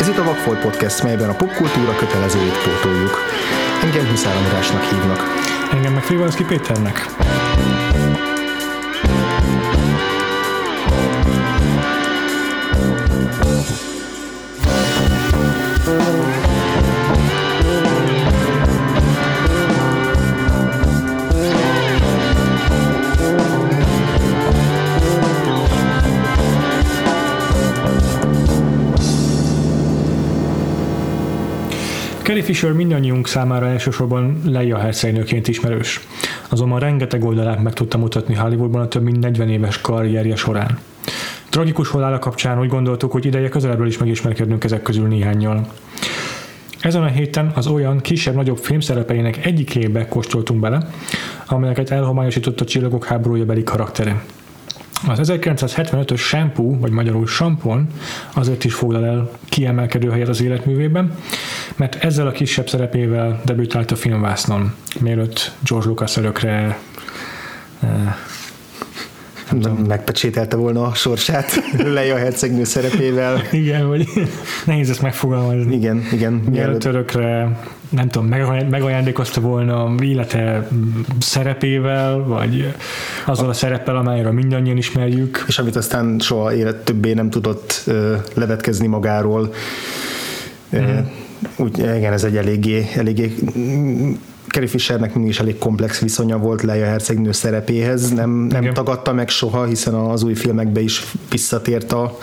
Ez itt a Vagfolt Podcast, melyben a popkultúra kötelezőit pótoljuk. Engem Huszár Andrásnak hívnak. Engem meg Frivalszki Péternek. Carrie Fisher mindannyiunk számára elsősorban Leia hercegnőként ismerős, azonban rengeteg oldalát meg tudta mutatni Hollywoodban a több mint 40 éves karrierje során. Tragikus halála kapcsán úgy gondoltuk, hogy ideje közelebbről is megismerkednünk ezek közül néhánnyal. Ezen a héten az olyan kisebb-nagyobb filmszerepeinek egyikébe kóstoltunk bele, amelyeket elhomályosított a Csillagok háborúja beli karaktere. Az 1975-ös Shampoo, vagy magyarul Sampon azért is foglal el kiemelkedő helyet az életművében, mert ezzel a kisebb szerepével debütált a filmvásznon, mielőtt George Lucas örökre megpecsételte volna a sorsát Leia hercegnő szerepével. Igen, vagy nehéz ezt megfogalmazni. Igen. Mielőtt örökre, nem tudom, megajándékozta volna élete szerepével, vagy azzal a szereppel, amelyről mindannyian ismerjük. És amit aztán soha többé nem tudott levetkezni magáról. Úgy, igen, ez egy eléggé Carrie Fishernek mindig is elég komplex viszonya volt Leia hercegnő szerepéhez, nem tagadta meg soha, hiszen az új filmekbe is visszatért a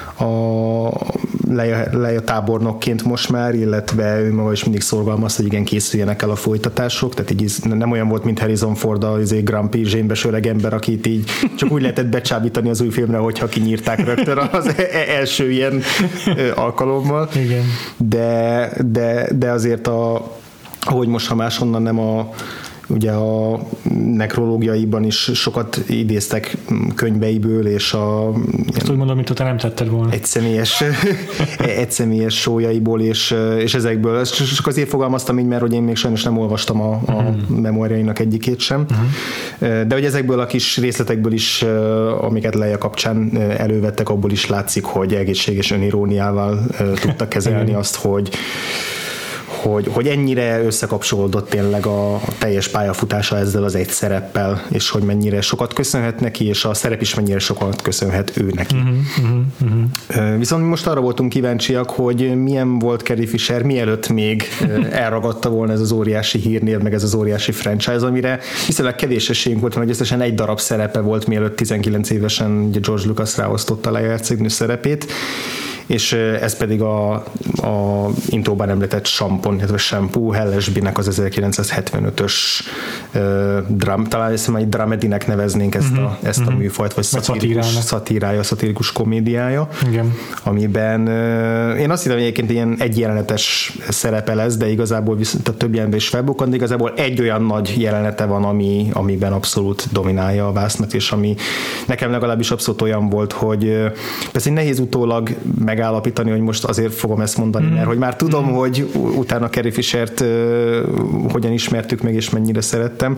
Leia tábornokként most már, illetve ő maga is mindig szorgalmazta, hogy igen, készüljenek el a folytatások, tehát így nem olyan volt, mint Harrison Ford, az grumpy, zsémbes öreg ember, akit így csak úgy lehetett becsábítani az új filmre, hogyha kinyírták rögtön az első ilyen alkalommal. Igen. De azért ahogy most, ha máshonnan nem ugye a nekrológiaiban is sokat idéztek könyveiből, és ezt úgy mondom, mint te nem tetted volna. Egyszemélyes sójaiból, és ezekből. Ezt csak azért fogalmaztam így, mert hogy én még sajnos nem olvastam a memoárjainak egyikét sem. De hogy ezekből a kis részletekből is, amiket Leia kapcsán elővettek, abból is látszik, hogy egészséges öniróniával tudtak kezelni azt, hogy ennyire összekapcsolódott tényleg a teljes pályafutása ezzel az egy szereppel, és hogy mennyire sokat köszönhet neki, és a szerep is mennyire sokat köszönhet ő neki. Viszont most arra voltunk kíváncsiak, hogy milyen volt Carrie Fisher, mielőtt még elragadta volna ez az óriási hírnév, meg ez az óriási franchise, amire viszonylag kevés esélyünk volt, hogy összesen egy darab szerepe volt, mielőtt 19 évesen George Lucas ráosztotta Leia hercegnő szerepét, és ez pedig a intóban említett Sampon, illetve Shampoo, Hal Ashby-nek az 1975-ös talán ezt egy dramedinek neveznénk ezt a műfajt, vagy szatirikus komédiája, igen. Amiben én azt hittem, hogy egyébként ilyen egyjelenetes szerepe lesz, de igazából viszont több jelenben is felbukkant, de igazából egy olyan nagy jelenete van, amiben abszolút dominálja a vásznat, és ami nekem legalábbis abszolút olyan volt, hogy persze nehéz utólag megállapítani, hogy most azért fogom ezt mondani, mert hogy már tudom, hogy utána Carrie Fishert hogyan ismertük meg, és mennyire szerettem,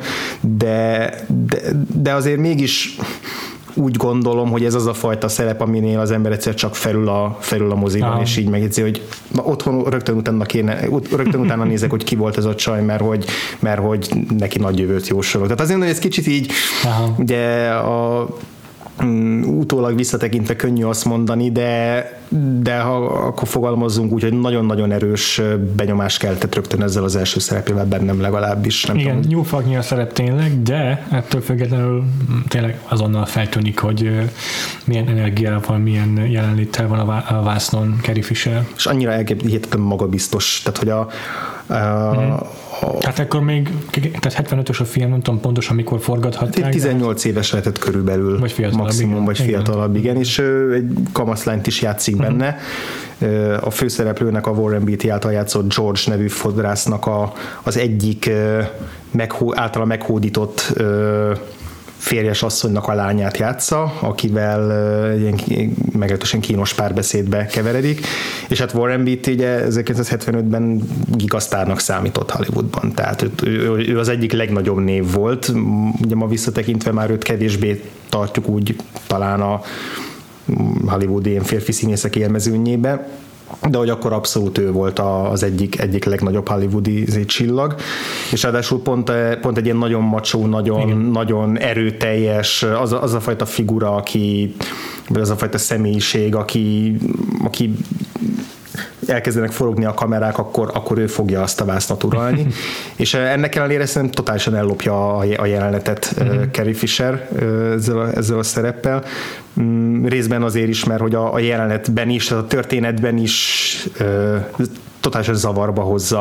de azért mégis úgy gondolom, hogy ez az a fajta szerep, aminél az ember egyszer csak felül a moziban, és így megjegyzi, hogy otthon rögtön utána nézek, hogy ki volt ez a csaj, mert hogy neki nagy jövőt jósolok. Tehát azért, hogy ez kicsit így, ugye utólag visszatekintve könnyű azt mondani, de ha akkor fogalmazzunk úgy, hogy nagyon-nagyon erős benyomást keltett rögtön ezzel az első szerepével bennem legalábbis. Nem igen, nyúlfaknyi a szerep tényleg, de ettől függetlenül tényleg azonnal feltűnik, hogy milyen energiával, milyen jelenléttel van a vásznon Carrie Fisher. És annyira hihetetlen magabiztos, tehát hogy hát akkor még, tehát 75-ös a film, nem tudom pontosan mikor forgathatták. 18 éves lehetett körülbelül, vagy fiatalabb, maximum, igen. Vagy fiatalabb, igen, és egy kamaszlányt is játszik benne. A főszereplőnek a Warren Beatty által játszott George nevű fodrásznak az egyik általa meghódított férjes asszonynak a lányát játsza, akivel ilyen meglehetősen kínos párbeszédbe keveredik, és hát Warren Beatty ugye 1975-ben gigasztárnak számított Hollywoodban, tehát ő az egyik legnagyobb név volt, ugye ma visszatekintve már őt kevésbé tartjuk úgy talán a hollywoodi ilyen férfi színészek élmezőnyébe, de hogy akkor abszolút ő volt az egyik legnagyobb hollywoodi csillag, és ráadásul pont egy ilyen nagyon macsó, nagyon erőteljes, az a fajta figura, vagy az a fajta személyiség, aki elkezdenek forogni a kamerák, akkor ő fogja azt a vásznat uralni. És ennek ellenére szerintem totálisan ellopja a jelenetet Carrie Fisher ezzel a szereppel. Részben azért is, mert hogy a jelenetben is, a történetben is totálisan zavarba hozza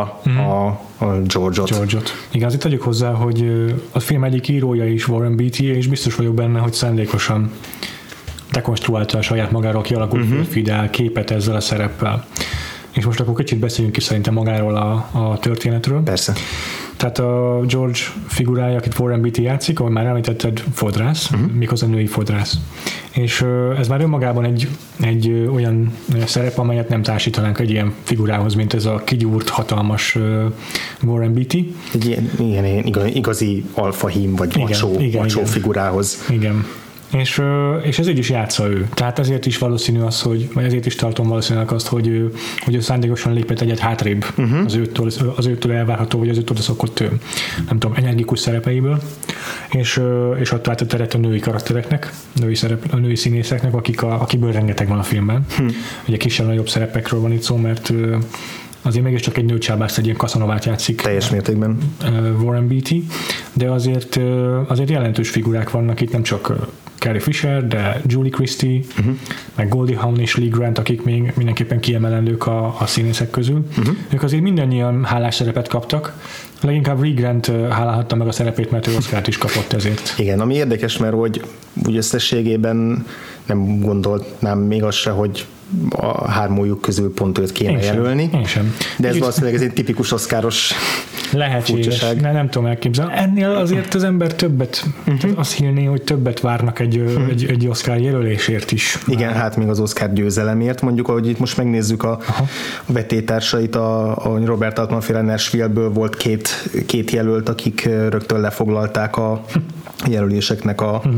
a George-ot. Igen, azért tegyük hozzá, hogy a film egyik írója is Warren Beatty, és biztos vagyok benne, hogy szándékosan dekonstruálta a saját magáról kialakult fidel képet ezzel a szereppel. És most akkor kicsit beszéljünk is szerintem magáról a történetről. Persze. Tehát a George figurája, akit Warren Beatty játszik, ahogy már említetted, fodrász, méghozzá női fodrász. És ez már önmagában egy olyan szerep, amelyet nem társítanánk egy ilyen figurához, mint ez a kigyúrt, hatalmas Warren Beatty. Egy ilyen igazi alfahím, vagy macsó figurához. Igen. És ez így is játsza ő. Tehát ezért is valószínű az, vagy ezért is tartom valószínűleg azt, hogy ő szándékosan lépett egyet hátrébb az őtől elvárható, vagy az őtől szokott, nem tudom, energikus szerepeiből, és adta át a teret a női karaktereknek, a női színészeknek, akiből rengeteg van a filmben. Ugye kisebb-nagyobb szerepekről van itt szó, mert azért mégiscsak egy nőcsábászt, egy ilyen Casanovát játszik. Teljes mértékben. Warren Beatty, de azért jelentős figurák vannak itt, nem csak Carrie Fisher, de Julie Christie, meg Goldie Hawn és Lee Grant, akik még mindenképpen kiemelendők a színészek közül. Ők azért mindannyian hálás szerepet kaptak. Leginkább Lee Grant hálálhatta meg a szerepét, mert ő Oscart is kapott ezért. Igen, ami érdekes, mert hogy úgy összességében nem gondolnám még azt se, hogy a hármójuk közül pont őt kéne jelölni. Én sem. De ez valószínűleg egy tipikus oszkáros lehetséges. Nem tudom elképzelni. Ennél azért az ember többet, azt hinné, hogy többet várnak egy Oscar jelölésért is. Igen, hát még az Oscar győzelemért. Mondjuk, ahogy itt most megnézzük a vetétársait, a Robert Altman-féle Nashville-ből volt két jelölt, akik rögtön lefoglalták a jelöléseknek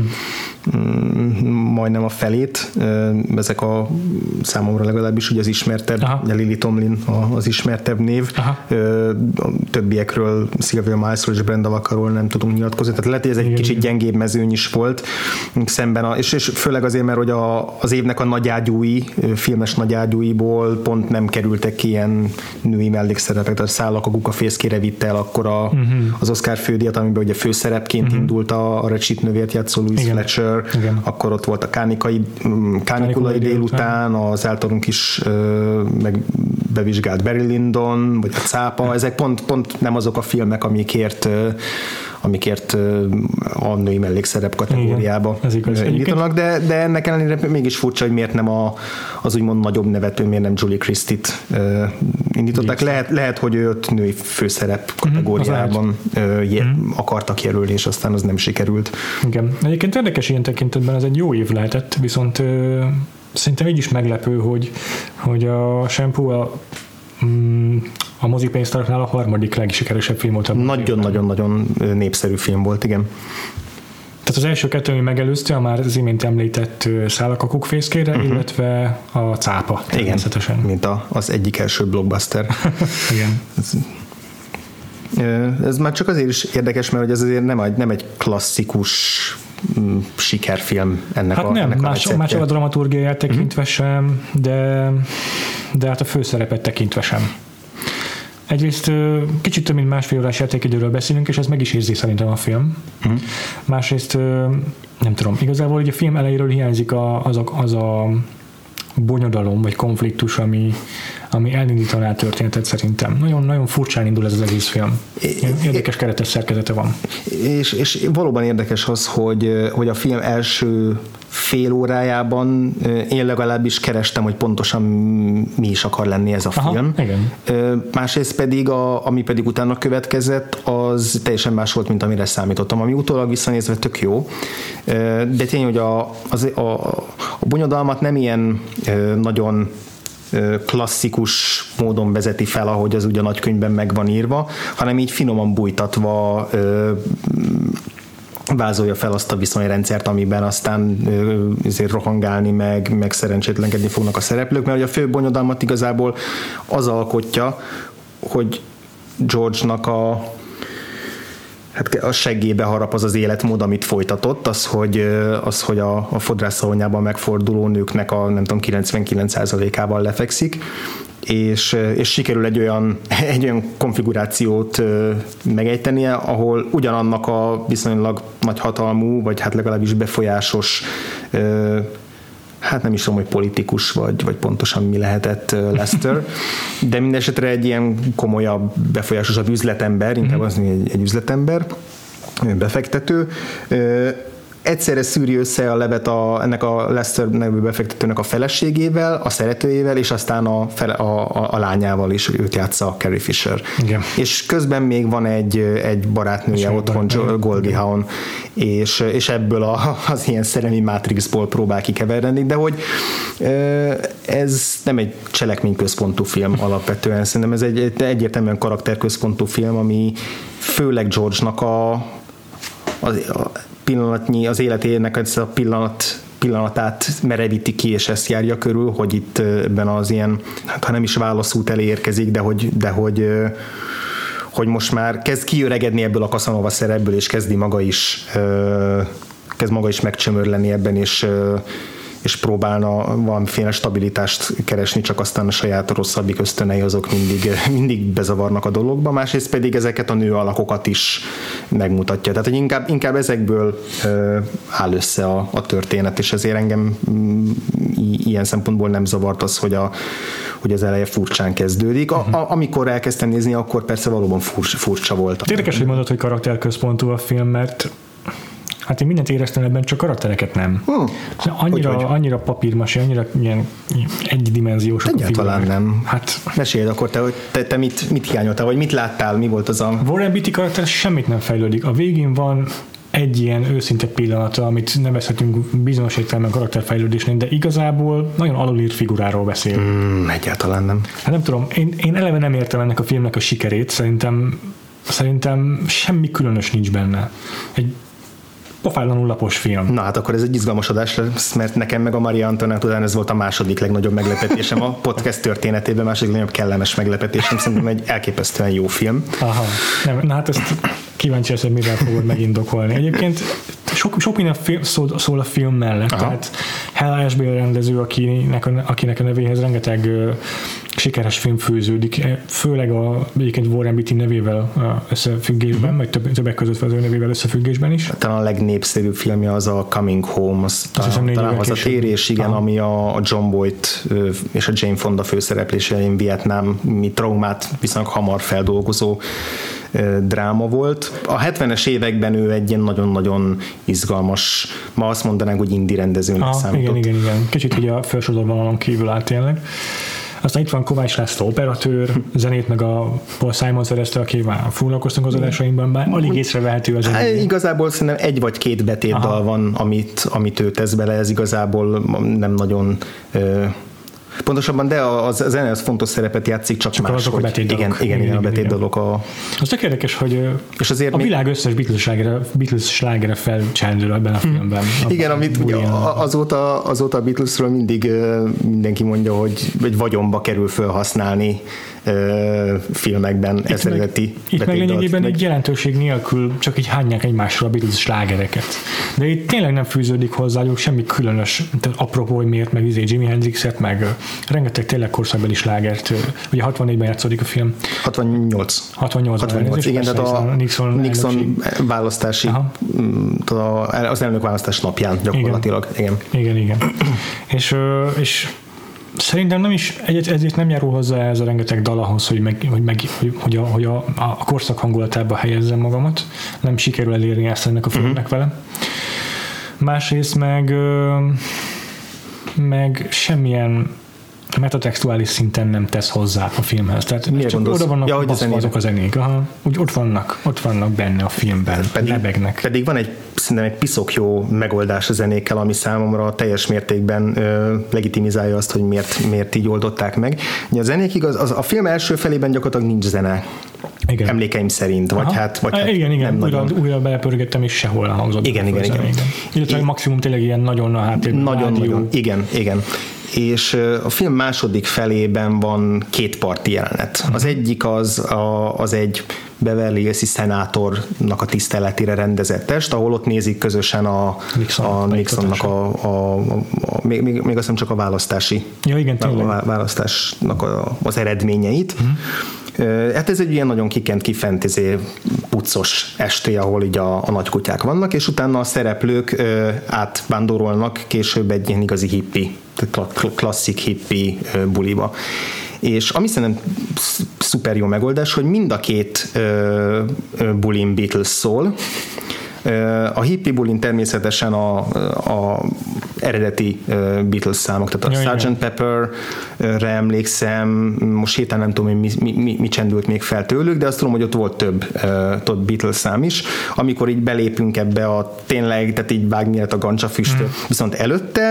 majdnem a felét. Ezek a számomra legalábbis ugye az ismertebb, ugye Lily Tomlin az ismertebb név. A többiekről, Sylvia Milesról és Brenda Vaccaról nem tudunk nyilatkozni. Tehát lehet, hogy ez egy kicsit gyengébb mezőny is volt szemben, és főleg azért, mert hogy az évnek a nagyágyúi, filmes nagyágyúiból pont nem kerültek ki ilyen női mellékszerepek, tehát Szállak a kuka fészkére vitte el akkor az Oscar fődíjat, amiben ugye főszerepként indult a Recsit nővért játszó Louise Fletcher. Igen. Akkor ott volt a kánikulai délután, az általunk is bevizsgált Barry Lyndon, vagy a Cápa, ezek pont nem azok a filmek, amikért a női mellékszerep kategóriába indítanak, de ennek ellenére mégis furcsa, hogy miért nem az úgymond nagyobb nevető, miért nem Julie Christie-t indították. Lehet, hogy őt női főszerep kategóriában akartak jelölni, és aztán az nem sikerült. Igen. Egyébként érdekes ilyen tekintetben, ez egy jó év lehetett, viszont szerintem így is meglepő, hogy a Shampoo a mozipénztáraknál a harmadik legsikeresebb film volt. Nagyon-nagyon népszerű film volt, igen. Tehát az első kettő, ami megelőzte, a már az imént említett Szállak a kukfészkére, illetve a Cápa természetesen. Igen, mint az egyik első blockbuster. Igen. Ez már csak azért is érdekes, mert ez azért nem egy klasszikus sikerfilm ennek a más a dramaturgiáját tekintve sem, de hát a főszerepet tekintve sem. Egyrészt kicsit több mint másfél órás játékidőről beszélünk, és ez meg is érzi szerintem a film. Másrészt nem tudom, igazából ugye a film elejéről hiányzik az a bonyodalom, vagy konfliktus, ami elindítaná a történetet szerintem. Nagyon furcsán indul ez az egész film. Érdekes keretes szerkezete van. És valóban érdekes az, hogy a film első fél órájában én legalábbis kerestem, hogy pontosan mi is akar lenni ez a film. Igen. Másrészt pedig, ami pedig utána következett, az teljesen más volt, mint amire számítottam. Ami utólag visszanézve tök jó, de tény, hogy a bonyodalmat nem ilyen nagyon klasszikus módon vezeti fel, ahogy az ugye a nagykönyvben meg van írva, hanem így finoman bújtatva vázolja fel azt a viszonyrendszert, amiben aztán azért rohangálni, meg szerencsétlenkedni fognak a szereplők, mert a fő bonyodalmat igazából az alkotja, hogy George-nak a seggébe harap az életmód, amit folytatott, az, hogy a fodrászszalonjában megforduló nőknek a nem tudom 99%-ával lefekszik, és sikerül egy olyan konfigurációt megejtenie, ahol ugyanannak a viszonylag nagy hatalmú, vagy hát legalábbis befolyásos, hát nem is tudom, hogy politikus, vagy pontosan mi lehetett Lester, de mindesetre egy ilyen komolyabb, befolyásosabb üzletember, inkább az egy üzletember, befektető, egyszerre szűri össze a levet ennek a Lester nevű befektetőnek a feleségével, a szeretőjével, és aztán a lányával is, őt játsza Carrie Fisher. Igen. És közben még van egy barátnője otthon, Goldie Hawn, és ebből az ilyen szerelmi Matrixból próbál kikeverni, de hogy ez nem egy cselekményközpontú film alapvetően, szerintem ez egy egyértelműen karakterközpontú film, ami főleg George-nak pillanatnyi, az életének ezt a pillanatát merevíti ki, és ezt járja körül, hogy itt ebben az ilyen, ha nem is válaszút elé érkezik, de hogy most már kezd kiöregedni ebből a Casanova szerepből, és kezd maga is megcsömörleni ebben, és próbálna valamiféle stabilitást keresni, csak aztán a saját rosszabbik ösztönei azok mindig bezavarnak a dologba, másrészt pedig ezeket a nő alakokat is megmutatja. Tehát, hogy inkább ezekből áll össze a történet, és ezért engem ilyen szempontból nem zavart az, hogy az eleje furcsán kezdődik. Amikor elkezdtem nézni, akkor persze valóban furcsa volt. Érdekes, hogy mondod, hogy karakterközpontú a film, mert hát én mindent éreztem ebben, csak karaktereket nem. Annyira papírmasi, annyira ilyen egydimenziósak. Egyáltalán nem. Hát mesélj akkor te mit hiányoltál, vagy mit láttál, mi volt az a... Warren Beatty karakter semmit nem fejlődik. A végén van egy ilyen őszinte pillanata, amit nevezhetünk bizonyos értelemben karakterfejlődésnél, de igazából nagyon alulírt figuráról beszél. Egyáltalán nem. Hát nem tudom, én eleve nem értem ennek a filmnek a sikerét, szerintem semmi különös nincs benne. Egy pofátlanul lapos film. Na hát akkor ez egy izgalmas adás lesz, mert nekem meg a Maria Antoinette után ez volt a második legnagyobb meglepetésem a podcast történetében, második legnagyobb kellemes meglepetésem, szerintem egy elképesztően jó film. Aha, na hát ezt kíváncsi lesz, hogy mivel fogod megindokolni. Egyébként sok minden szól a film mellett, tehát Hal Ashby rendező, akinek a nevéhez rengeteg sikeres film fűződik, főleg egyébként Warren Beatty nevével összefüggésben, meg többek között az ő nevével összefüggésben is. Talán a legnépszerűbb filmje az a Coming Home, talán az a térés, igen, ami a John Voight és a Jane Fonda főszereplésein vietnámi traumát viszonylag hamar feldolgozó dráma volt. A 70-es években ő egy ilyen nagyon-nagyon izgalmas, ma azt mondanánk, hogy indie rendezőnek számított. Igen. Kicsit ugye a felsodorvonalon kívül állt tényleg. Aztán itt van Kovács László operatőr, zenét meg a Paul Simon szerezte, akivel foglalkoztunk az adásainkban, bár alig észrevehető a zenét. Igazából szerintem egy vagy két betétdal van, amit ő tesz bele, ez igazából nem nagyon... Pontosabban, de a zene az fontos szerepet játszik, csak más, hogy igen, a betétdalok. Az tök érdekes, hogy és azért a világ összes Beatles slágere felcsendül ebben a filmben. Igen, amit azóta a Beatlesről mindig mindenki mondja, hogy vagyonba kerül felhasználni filmekben eredeti itt meg lényegében egy jelentőség nélkül csak így hányják egymásra a Beatles slágereket. De itt tényleg nem fűződik hozzájuk semmi különös, tehát apropó, hogy miért, meg Jimi Hendrixet, meg rengeteg tényleg korszakbeli slágert. Ugye 64-ben játszódik a film. 68, igen, tehát a Nixon választási, az elnökválasztás napján gyakorlatilag. Igen. És szerintem nem is, ezért nem járul hozzá ez a rengeteg dal ahhoz, hogy a korszak hangulatába helyezzem magamat. Nem sikerül elérni ezt ennek a filmnek vele. Másrészt meg semmilyen metatextuális szinten nem tesz hozzá a filmhez. Tehát csak oda vannak azok a zenék. Úgy ott vannak benne a filmben, lebegnek. Pedig van szerintem egy piszok jó megoldás a zenékkel, ami számomra teljes mértékben legitimizálja azt, hogy miért így oldották meg. Ugye a zenék igaz, a film első felében gyakorlatilag nincs zene. Igen. Emlékeim szerint, vagy igen, újra belepörgettem, és sehol hangzott. Igen. Illetve maximum tényleg ilyen nagyon a háttérben. Nagyon, igen. És a film második felében van 2 parti jelenet. Az egyik az egy Beverly Hills-i szenátornak a tiszteletére rendezett test, ahol ott nézik közösen a Nixonnak még azt hiszem csak a választásnak az eredményeit. Hát ez egy ilyen nagyon kikent kifentező puccos esté, ahol így a nagykutyák vannak, és utána a szereplők átvándorolnak később egy ilyen igazi hippi, klasszik hippi buliba. És ami szerintem szuper jó megoldás, hogy mind a 2 bulin Beatles szól. A hippie bulin természetesen a eredeti Beatles számok, tehát a Sgt. Pepper-re emlékszem, most héten nem tudom, hogy mi csendült még fel tőlük, de azt tudom, hogy ott volt több Beatles szám is, amikor így belépünk ebbe a tényleg, tehát így vágni a gancsafüstöt. Viszont előtte,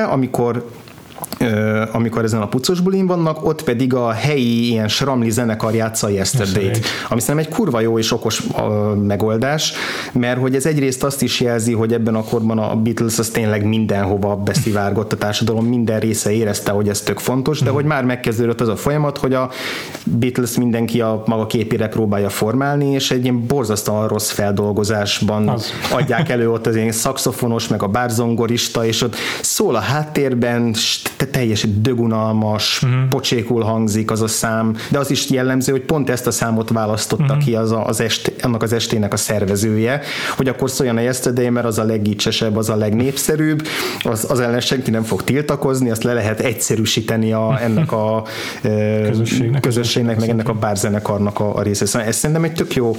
amikor ezen a puccos bulin vannak, ott pedig a helyi ilyen sramli zenekar játsza Yesterday-t, ami szerintem egy kurva jó és okos megoldás, mert hogy ez egyrészt azt is jelzi, hogy ebben a korban a Beatles az tényleg mindenhova beszivárgott a társadalom, minden része érezte, hogy ez tök fontos, de hogy már megkezdődött az a folyamat, hogy a Beatles mindenki a maga képére próbálja formálni, és egy ilyen borzasztóan rossz feldolgozásban adják elő ott az ilyen szaxofonos, meg a bárzongorista, és ott szól a háttérben, teljesen dögunalmas, pocsékul hangzik az a szám, de az is jellemző, hogy pont ezt a számot választotta ki annak az estének a szervezője, hogy akkor szóljon a Yesterday, mert az a leggicsesebb, az a legnépszerűbb, az ellen senki nem fog tiltakozni, azt le lehet egyszerűsíteni ennek a közösségnek, meg ennek a bárzenekarnak a része. Szóval ez szerintem egy tök jó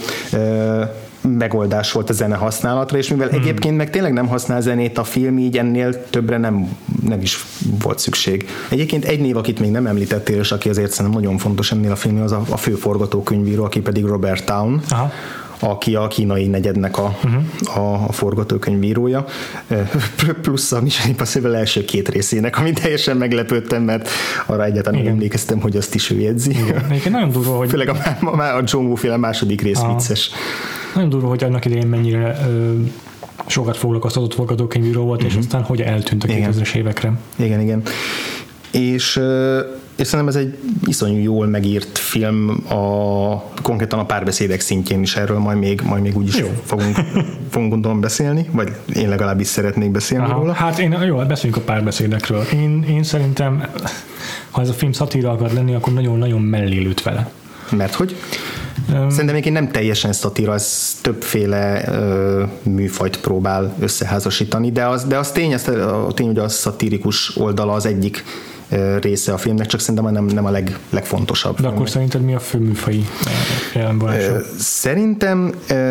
megoldás volt a zene használatra, és mivel egyébként meg tényleg nem használ zenét a film, így ennél többre nem is volt szükség. Egyébként egy név, akit még nem említettél, és aki azért szerintem nagyon fontos ennél a filmnél, az a fő forgatókönyvíró, aki pedig Robert Town. Aha. Aki a kínai negyednek a forgatókönyvírója, plusz a Mission Impossible első 2 részének, ami teljesen meglepődtem, mert arra egyáltalán emlékeztem, hogy azt is ő jegyzi. Igen, nagyon durva, hogy... Főleg a John Woo-féle második rész vicces. Nagyon durva, hogy annak idején mennyire sokat foglalkoztatott forgatókönyvíró volt, és aztán hogy eltűnt a 2000-es évekre. Igen. És szerintem ez egy iszonyú jól megírt film, konkrétan a párbeszédek szintjén is, erről majd még úgyis fogunk gondolom beszélni, vagy én legalábbis szeretnék beszélni róla. Hát beszéljünk a párbeszédekről. Én szerintem, ha ez a film szatíra akar lenni, akkor nagyon-nagyon mellé lőtt vele. Mert hogy? Szerintem még nem teljesen szatíra, ez többféle műfajt próbál összeházasítani, de az tény, hogy a szatirikus oldala az egyik része a filmnek, csak szerintem nem a legfontosabb. De akkor szerinted mi a fő műfai jelenvonása? Szerintem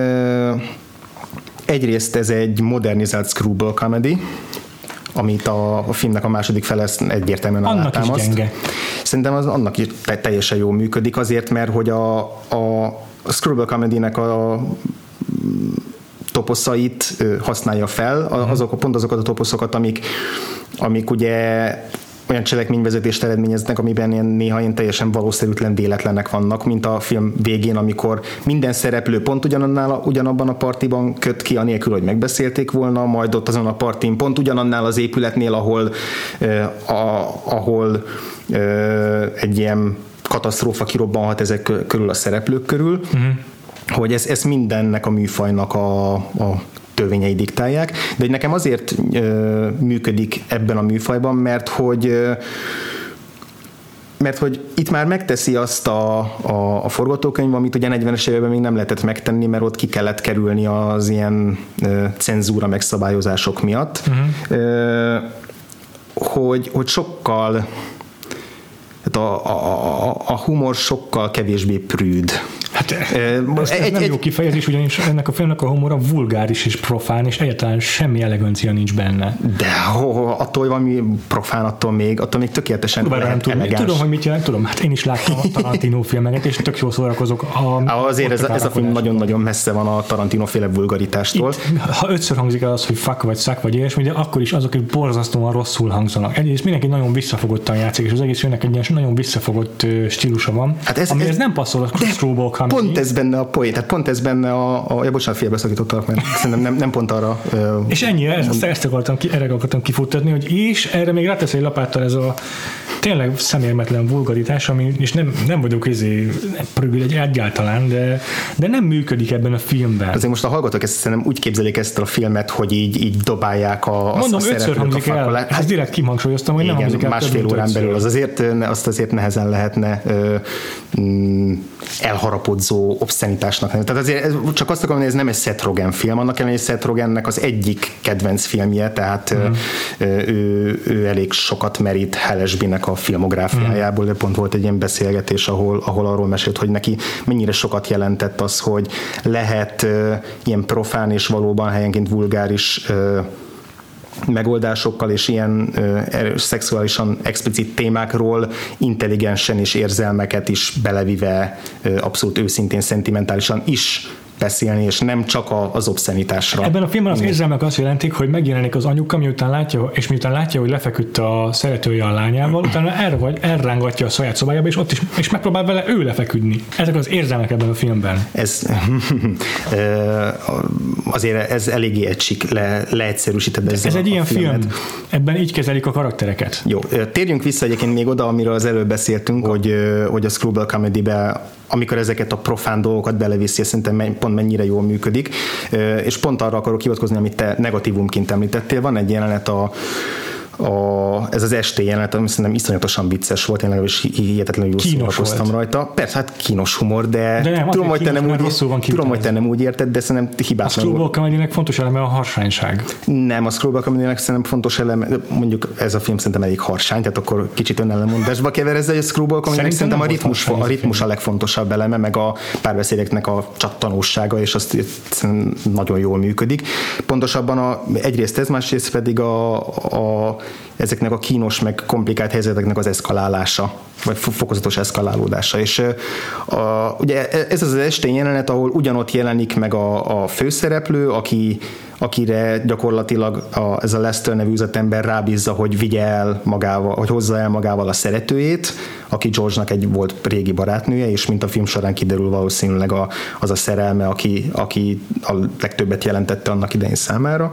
egyrészt ez egy modernizált screwball comedy, amit a filmnek a második fele egyértelműen alátámaszt. Szerintem annak is teljesen jól működik, azért, mert hogy a screwball comedy-nek a toposzait használja fel, pont azokat a toposzokat, amik ugye olyan cselekményvezetést eredményeznek, amiben néha ilyen teljesen valószerűtlen véletlenek vannak, mint a film végén, amikor minden szereplő pont ugyanabban a partiban köt ki, anélkül, hogy megbeszélték volna, majd ott azon a partin pont ugyanannál az épületnél, ahol egy ilyen katasztrófa kirobbanhat ezek körül a szereplők körül, hogy ez mindennek a műfajnak a törvényei diktálják, de hogy nekem azért működik ebben a műfajban, mert hogy itt már megteszi azt a forgatókönyv, amit ugye 40-es években még nem lehetett megtenni, mert ott ki kellett kerülni az ilyen cenzúra megszabályozások miatt, hogy sokkal a humor sokkal kevésbé prűd. Ez nem jó kifejezés, ugyanis ennek a filmnek a humora vulgáris és profán, és egyáltalán semmi elegancia nincs benne. De attól valami profán, attól még tökéletesen elegáns. Tudom, hogy mit jelent, tudom, hát én is láttam a Tarantino filmeket, és tök jól szórakozok. Azért ez a film nagyon-nagyon messze van a Tarantino-féle vulgaritástól. Ha 5-ször hangzik el az, hogy fuck vagy szak vagy ilyesmi, de akkor is azok borzasztóan rosszul hangzanak. Egyrészt mindenki nagyon visszafogottan játszik, és az egész filmnek egy ilyen nagyon visszafogott stílusa van, hát ez nem passzol a Screwball Comedy. Pont ez benne a poén, tehát pont ez benne bocsánat, félbeszakítottalak, mert szerintem nem pont arra. És ennyire, erre akartam kifuttatni, hogy és erre még rátesz egy lapáttal ez a tényleg szemérmetlen vulgaritás, ami, és nem vagyok prügül egyáltalán, de nem működik ebben a filmben. Azért most a hallgatók ezt szerintem úgy képzelik ezt a filmet, hogy így dobálják a mondom, 5-ször hangzik el. Ezt direkt kihangsúlyoztam, hogy nem hangzik el. Másfél órán belül azt azért nehezen lehetne elharapodzó obszenitásnak. Tehát azért csak azt akarom, hogy ez nem egy Seth Rogen film, annak ellenére, hogy Seth Rogennek az egyik kedvenc filmje, tehát ő elég sokat merít Hellesby-nek a filmográfiájából, de pont volt egy ilyen beszélgetés, ahol arról mesélt, hogy neki mennyire sokat jelentett az, hogy lehet ilyen profán és valóban helyenként vulgáris megoldásokkal és ilyen szexuálisan explicit témákról intelligensen és érzelmeket is belevive abszolút őszintén, szentimentálisan is beszélni, és nem csak az obszenitásra. Ebben a filmben az érzelmek azt jelentik, hogy megjelenik az anyuka, miután látja, hogy lefeküdt a szeretője a lányával, utána elrángatja a saját szobájába, és ott is megpróbál vele ő lefeküdni. Ezek az érzelmek ebben a filmben. Azért ez eléggé egysik, leegyszerűsített ezzel. Ez egy ilyen film. Ebben így kezelik a karaktereket. Jó, térjünk vissza egyébként még oda, amiről az előbb beszéltünk, hogy a Screwball Comedy-be, amikor ezeket a profán dolgokat beleviszi, szerintem pont mennyire jól működik, és pont arra akarok hivatkozni, amit te negatívumként említettél. Van egy jelenet ez az este jelenet, ami szerintem iszonyatosan vicces volt, én legalábbis hihetetlenül jól szórakoztam rajta. Persze, hát kínos humor, de tudom, hogy te nem úgy érted, de szerintem hibátlan. A Screwball Comedy-nek fontos eleme a harsányság. Nem, a Screwball Comedy-nek szerintem fontos eleme, mondjuk ez a film szerintem elég harsány, tehát akkor kicsit önellenmondásba keverezze, hogy a Screwball Comedy-nek szerintem a ritmus a legfontosabb eleme, meg a párbeszédeknek a csattanósága, és azt nagyon jól működik. Pontosabban egyrészt ez, másrészt pedig ezeknek a kínos, meg komplikált helyzeteknek az eszkalálása, vagy fokozatos eszkalálódása. És ugye ez az este jelenet, ahol ugyanott jelenik meg a főszereplő, akire gyakorlatilag ez a Lester nevű üzletember rábízza, hogy vigye el magával, hogy hozza el magával a szeretőjét, aki George-nak egy volt régi barátnője, és mint a film során kiderül, valószínűleg az a szerelme, aki a legtöbbet jelentette annak idején számára.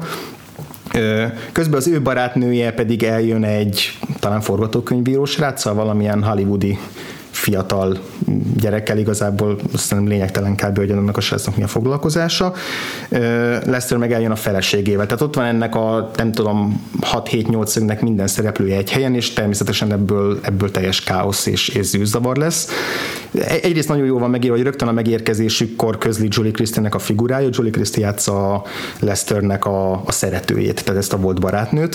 Közben az ő barátnője pedig eljön egy talán forgatókönyvíró sráccal, valamilyen hollywoodi fiatal gyerekkel, igazából azt lényegtelen kb. Hogy annak a srácnak mi a foglalkozása. Lester meg eljön a feleségével. Tehát ott van ennek a nem tudom 6-7-8 szögnek minden szereplője egy helyen, és természetesen ebből teljes káosz és zűrzavar lesz. Egyrészt nagyon jól van megírva, hogy rögtön a megérkezésükkor közli Julie Christie-nek a figurája. Julie Christie játsza Lesternek a szeretőjét, tehát ezt a volt barátnőt.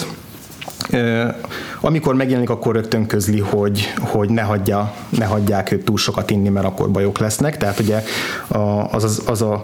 Amikor megjelenik, akkor rögtön közli, hogy ne hagyják őt túl sokat inni, mert akkor bajok lesznek. Tehát ugye az a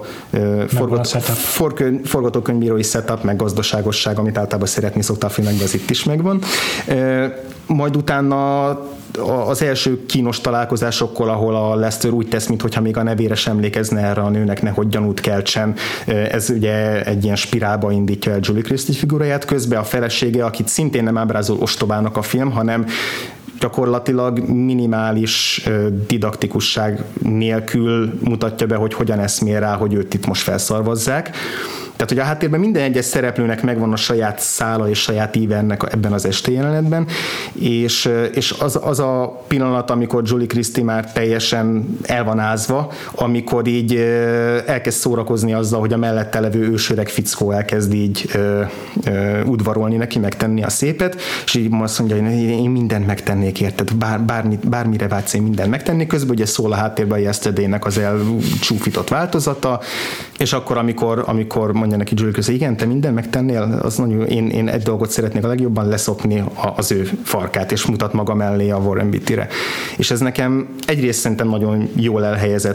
forgatókönyvírói setup, meg gazdaságosság, amit általában szeretni szokta a filmekben, az itt is megvan. Majd utána az első kínos találkozásokkal, ahol a Lester úgy tesz, mintha még a nevére sem emlékezne erre a nőnek, nehogy gyanút keltsen. Ez ugye egy ilyen spirálba indítja el Julie Christie figuráját, közben a felesége, akit szintén nem ábrázol ostobának a film, hanem gyakorlatilag minimális didaktikusság nélkül mutatja be, hogy hogyan eszmél rá, hogy őt itt most felszarvazzák. Tehát, hogy a háttérben minden egyes szereplőnek megvan a saját szála és saját íve ebben az este jelenetben, és az a pillanat, amikor Julie Christie már teljesen el van ázva, amikor így elkezd szórakozni azzal, hogy a mellette levő ősöreg fickó elkezd így udvarolni neki, megtenni a szépet, és így azt mondja, hogy én mindent megtennék, érted, bármire vágysz, én mindent megtennék, közben ugye szól a háttérben a Yesterday-nek az elcsúfított változata, és akkor, amikor mondja neki Julie Christie, igen, te mindent megtennél, az nagyon, én egy dolgot szeretnék a legjobban, leszopni az ő farkát, és mutat maga mellé a Warren Beatty-re. És ez nekem egyrészt szerintem nagyon jól elhelyezett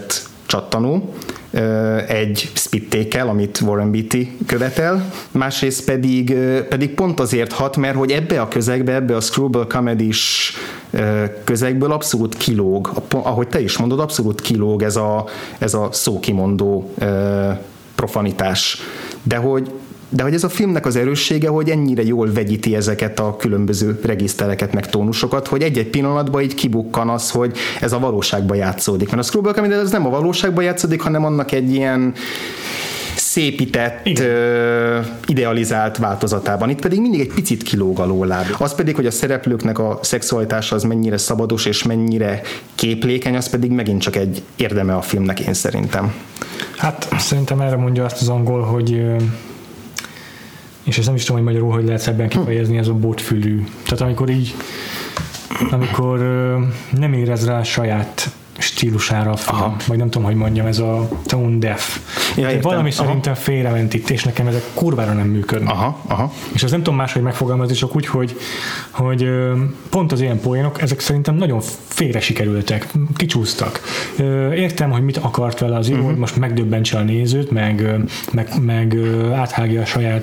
csattanó, egy spittékkel, amit Warren Beatty követel, másrészt pedig pont azért hat, mert hogy ebbe a közegbe, ebbe a screwball comedy-s közegből abszolút kilóg, ahogy te is mondod, abszolút kilóg ez a szókimondó profanitás. De hogy ez a filmnek az erőssége, hogy ennyire jól vegyíti ezeket a különböző regisztereket, meg tónusokat, hogy egy-egy pillanatban így kibukkan az, hogy ez a valóságban játszódik. Mert a Screwball Comedy ez nem a valóságban játszódik, hanem annak egy ilyen szépített, idealizált változatában. Itt pedig mindig egy picit kilóg alóláb. Az pedig, hogy a szereplőknek a szexualitása az mennyire szabados és mennyire képlékeny, az pedig megint csak egy érdeme a filmnek, én szerintem. Hát szerintem erre mondja azt az angol, hogy és ezt nem is tudom, hogy magyarul hogy lehet ebben kifejezni, ez a botfülű. Tehát amikor nem érez rá saját stílusára a film, vagy nem tudom, hogy mondjam, ez a tone deaf. Ja, valami szerintem félrement itt, és nekem ezek kurvára nem működnek. És ezt nem tudom máshogy megfogalmazni, csak úgy, hogy pont az ilyen poénok, ezek szerintem nagyon félre sikerültek, kicsúsztak. Értem, hogy mit akart vele az író, hogy most megdöbbentse a nézőt, meg áthágja a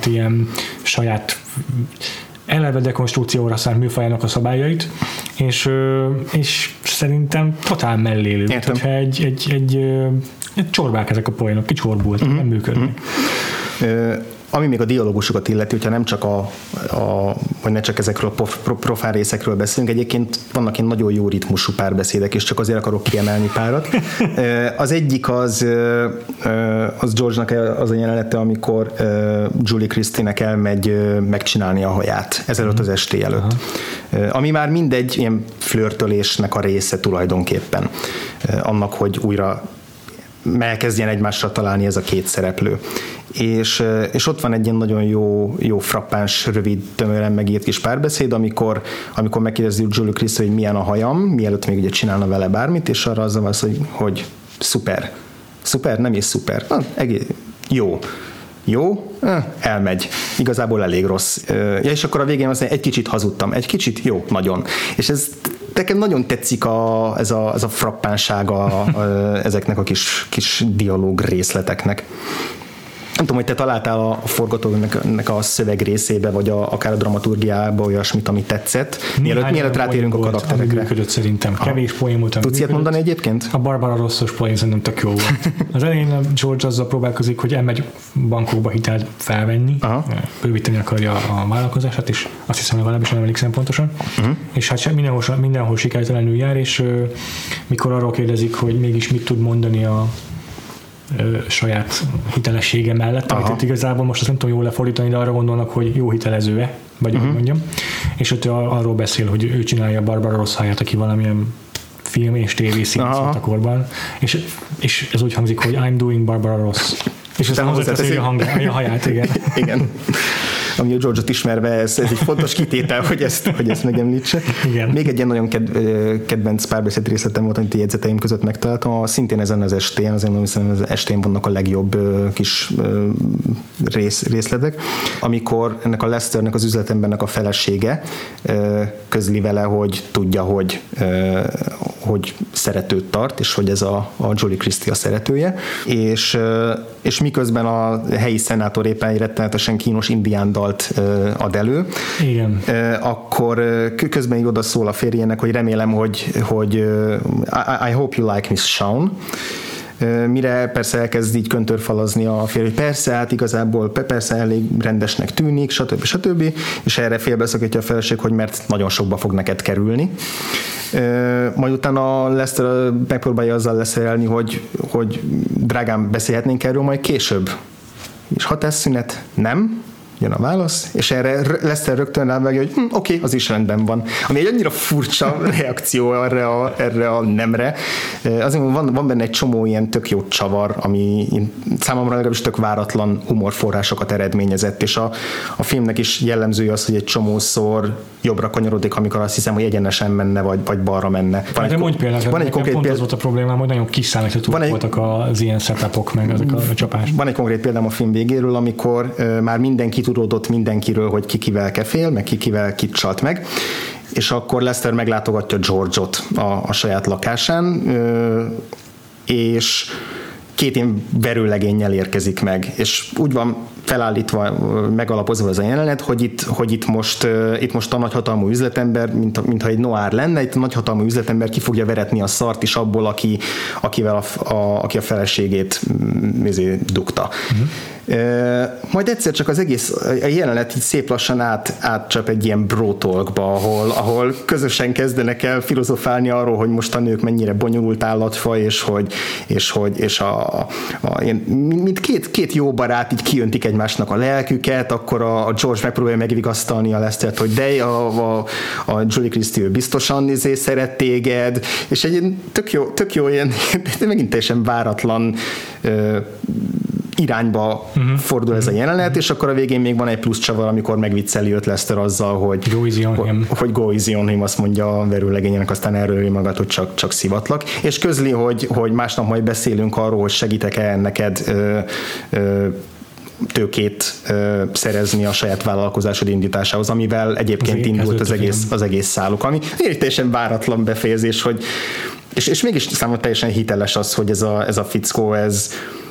saját eleve dekonstrukcióra szánt műfajának a szabályait, és szerintem totál mellélő. Tehát egy csorbák ezek a poénok, kicsorbult, nem működnek. Ami még a dialógusokat illeti, hogyha nem csak vagy ne csak ezekről a profán részekről beszélünk, egyébként vannak ilyen nagyon jó ritmusú párbeszédek, és csak azért akarok kiemelni párat. Az egyik az George-nak az a jelenete, amikor Julie Christie-nek elmegy megcsinálni a haját ezelőtt az esté előtt. Ami már mindegy ilyen flörtölésnek a része tulajdonképpen. Annak, hogy újra elkezdjen egymásra találni ez a két szereplő. És ott van egy ilyen nagyon jó frappáns, rövid, tömören megírt kis párbeszéd, amikor megkérdezzük Julie Christie, hogy milyen a hajam, mielőtt még ugye csinálna vele bármit, és arra az a válasz, hogy szuper. Szuper? Nem is szuper. Egész, jó, elmegy. Igazából elég rossz. Ja, és akkor a végén azt mondja, egy kicsit hazudtam. Egy kicsit? Jó, nagyon. És ez nekem nagyon tetszik ez a frappánsága ezeknek a kis dialóg részleteknek. Nem tudom, hogy te találtál a forgatókönyvnek a szöveg részébe, vagy akár a dramaturgiába olyasmit, ami tetszett. Mielőtt rátérünk a karakterekre. Működött szerintem. Kevés poén volt. Tudsz ilyet mondani egyébként? A Barbara Rossos poén szerintem tök jó volt. Az elején a George azzal próbálkozik, hogy elmegy bankokba hitelt felvenni, bővíteni akarja a vállalkozását, és azt hiszem, legalábbis nem emlékszem pontosan. És hát mindenhol sikertelenül jár, és mikor arról kérdezik, hogy mégis mit tud mondani a saját hitelessége mellett, amit itt igazából most azt nem tudom jól lefordítani, de arra gondolnak, hogy jó hitelező-e, vagy ahogy mondjam. És ott arról beszél, hogy ő csinálja Barbara Ross Hyatt, aki valamilyen film és tévészín a korban, és ez úgy hangzik, hogy I'm doing Barbara Ross. És aztán hozzáteszi a haját, igen. Igen. Ami a George-ot ismerve, ez egy fontos kitétel, hogy ezt megemlítse. Igen. Még egy ilyen nagyon kedvenc párbeszéd részletem volt, amit a jegyzeteim között megtaláltam, szintén ezen az estén, azért mondom, hiszen az estén vannak a legjobb kis részletek, amikor ennek a Lesternek, az üzletembernek a felesége közli vele, hogy tudja, hogy szeretőt tart, és hogy ez a Julie Christie a szeretője, és miközben a helyi szenátor éppen egy rettenetesen kínos indián dalt ad elő, igen. Akkor közben így oda szól a férjének, hogy remélem, hogy I hope you like Miss Shawn, mire persze elkezd így köntörfalazni a férj, hogy persze, hát igazából persze elég rendesnek tűnik, stb. És erre félbeszakítja a feleség, hogy mert nagyon sokba fog neked kerülni. Majd utána Lester megpróbálja azzal leszerelni, hogy drágám, beszélhetnénk erről majd később. És hatásszünet? Nem. Jön a válasz, és erre Lester rögtön rávágja, hogy oké, az is rendben van. Ami egy annyira furcsa reakció erre a nemre. Azért van benne egy csomó ilyen tök jó csavar, ami számomra legalábbis tök váratlan humorforrásokat eredményezett, és a filmnek is jellemző az, hogy egy csomószor jobbra kanyarodik, amikor azt hiszem, hogy egyenesen menne, vagy balra menne. De mondj például, van egy konkrét az volt a problémám, hogy nagyon kiszámíthatók voltak az ilyen setupok, meg azok a csapás. Van egy konkrét példám a film végéről, amikor már mindenki tudódott mindenkiről, hogy ki kivel kefél, meg ki kivel kit csalt meg, és akkor Lester meglátogatja George-ot a saját lakásán, és 2 ilyen verőlegénnyel érkezik meg, és úgy van felállítva, megalapozva az a jelenet, hogy itt most a nagyhatalmú üzletember, mintha egy noir lenne, itt a nagyhatalmú üzletember ki fogja veretni a szart is abból, aki a feleségét dugta. Majd egyszer csak az egész a jelenet így szép lassan átcsap egy ilyen bro-talkba, ahol közösen kezdenek el filozofálni arról, hogy most a nők mennyire bonyolult állatfaj, és mint két jó barát így kijöntik egymásnak a lelküket, akkor a George megpróbálja megvigasztalni a Lestert, hogy de a Julie Christie biztosan szeret téged, és egy tök jó ilyen, megint teljesen váratlan irányba fordul ez a jelenet, és akkor a végén még van egy plusz csavar, amikor megvicceli őt Lester azzal, hogy go easy on him, azt mondja a verőlegényének, aztán erről magad, hogy csak szivatlak, és közli, hogy másnap majd beszélünk arról, hogy segítek-e neked tőkét szerezni a saját vállalkozásod indításához, amivel egyébként indult az egész száluk, ami teljesen váratlan befejezés, hogy és mégis számomra teljesen hiteles az, hogy ez a fickó, ez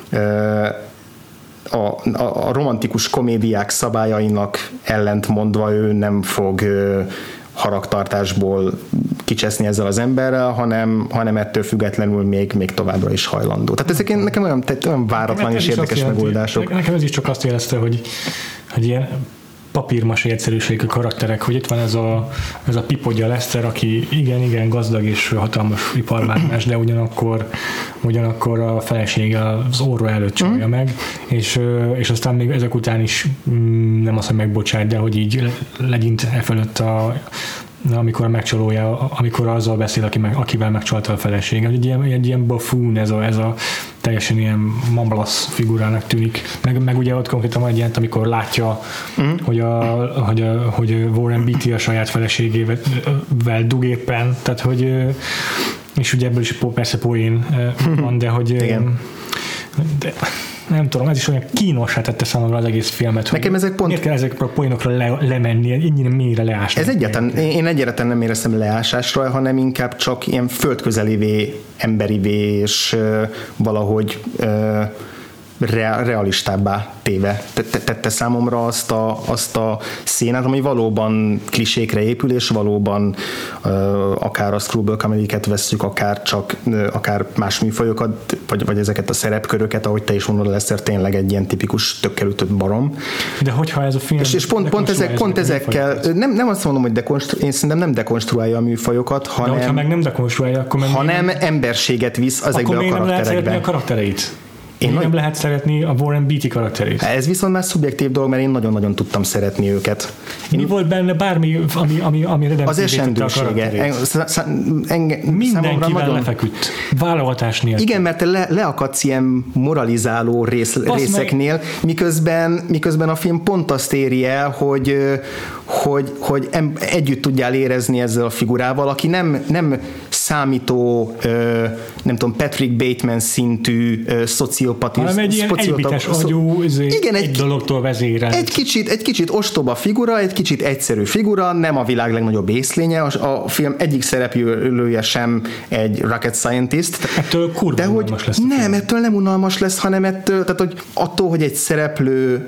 a romantikus komédiák szabályainak ellentmondva ő nem fog haragtartásból kicseszni ezzel az emberrel, hanem ettől függetlenül még továbbra is hajlandó. Tehát ezek nekem olyan váratlan és érdekes megoldások. Nekem ez is csak azt jelezte, hogy ilyen papírmasé egyszerűségű karakterek, hogy itt van ez a pipodja Lester, aki igen gazdag és hatalmas iparmágnás, de ugyanakkor a felesége az orra előtt csalja meg, és aztán még ezek után is nem azt, hogy megbocsát, de hogy így legyint fölött amikor a megcsalója, amikor azzal beszél, akivel megcsalta a felesége. Egy ilyen buffoon, ez a teljesen ilyen mamblasz figurának tűnik. Meg ugye ott konkrétan van egy ilyen, amikor látja, hogy Warren Beatty a saját feleségével dug éppen, tehát hogy és ugye ebből is persze poén van, de hogy de nem tudom, ez is olyan kínossá tette számomra az egész filmet, nekem hogy ezek miért kell ezekre a poénokra lemenni, ennyire mélyre leásni. Ez én egyáltalán nem éreztem leásásra, hanem inkább csak ilyen földközelivé, emberivé, és valahogy realistábbá téve tette számomra azt a szénát, ami valóban klisékre épül, és valóban akár a screwball comedy-ket vesszük, akár más műfajokat, vagy ezeket a szerepköröket, ahogy te is mondod, Lester tényleg egy ilyen tipikus tökkelütött barom. De hogyha ez a film... És pont ezekkel, nem azt mondom, hogy én szerintem nem dekonstruálja a műfajokat, hogyha meg nem dekonstruálja, akkor hanem emberséget visz ezekbe a karakterekbe. Akkor nem lehet szeretni a karaktereit? Nem lehet szeretni a Warren Beatty karakterét. Ez viszont már szubjektív dolog, mert én nagyon-nagyon tudtam szeretni őket. Mi volt benne bármi, ami az esendősége. Mindenkivel lefeküdt. Válogatás nélkül. Igen, mert te leakadsz ilyen moralizáló részeknél, miközben a film pont azt éri el, hogy együtt tudjál érezni ezzel a figurával, aki nem számító, nem tudom, Patrick Bateman szintű szociopati. Hanem egy ilyen egybites agyú, egy dologtól vezérel. Egy kicsit ostoba figura, egy kicsit egyszerű figura, nem a világ legnagyobb észlénye, a film egyik szereplője sem egy rocket scientist. Ettől kurva unalmas lesz. Nem, ettől nem unalmas lesz, hanem attól, hogy egy szereplő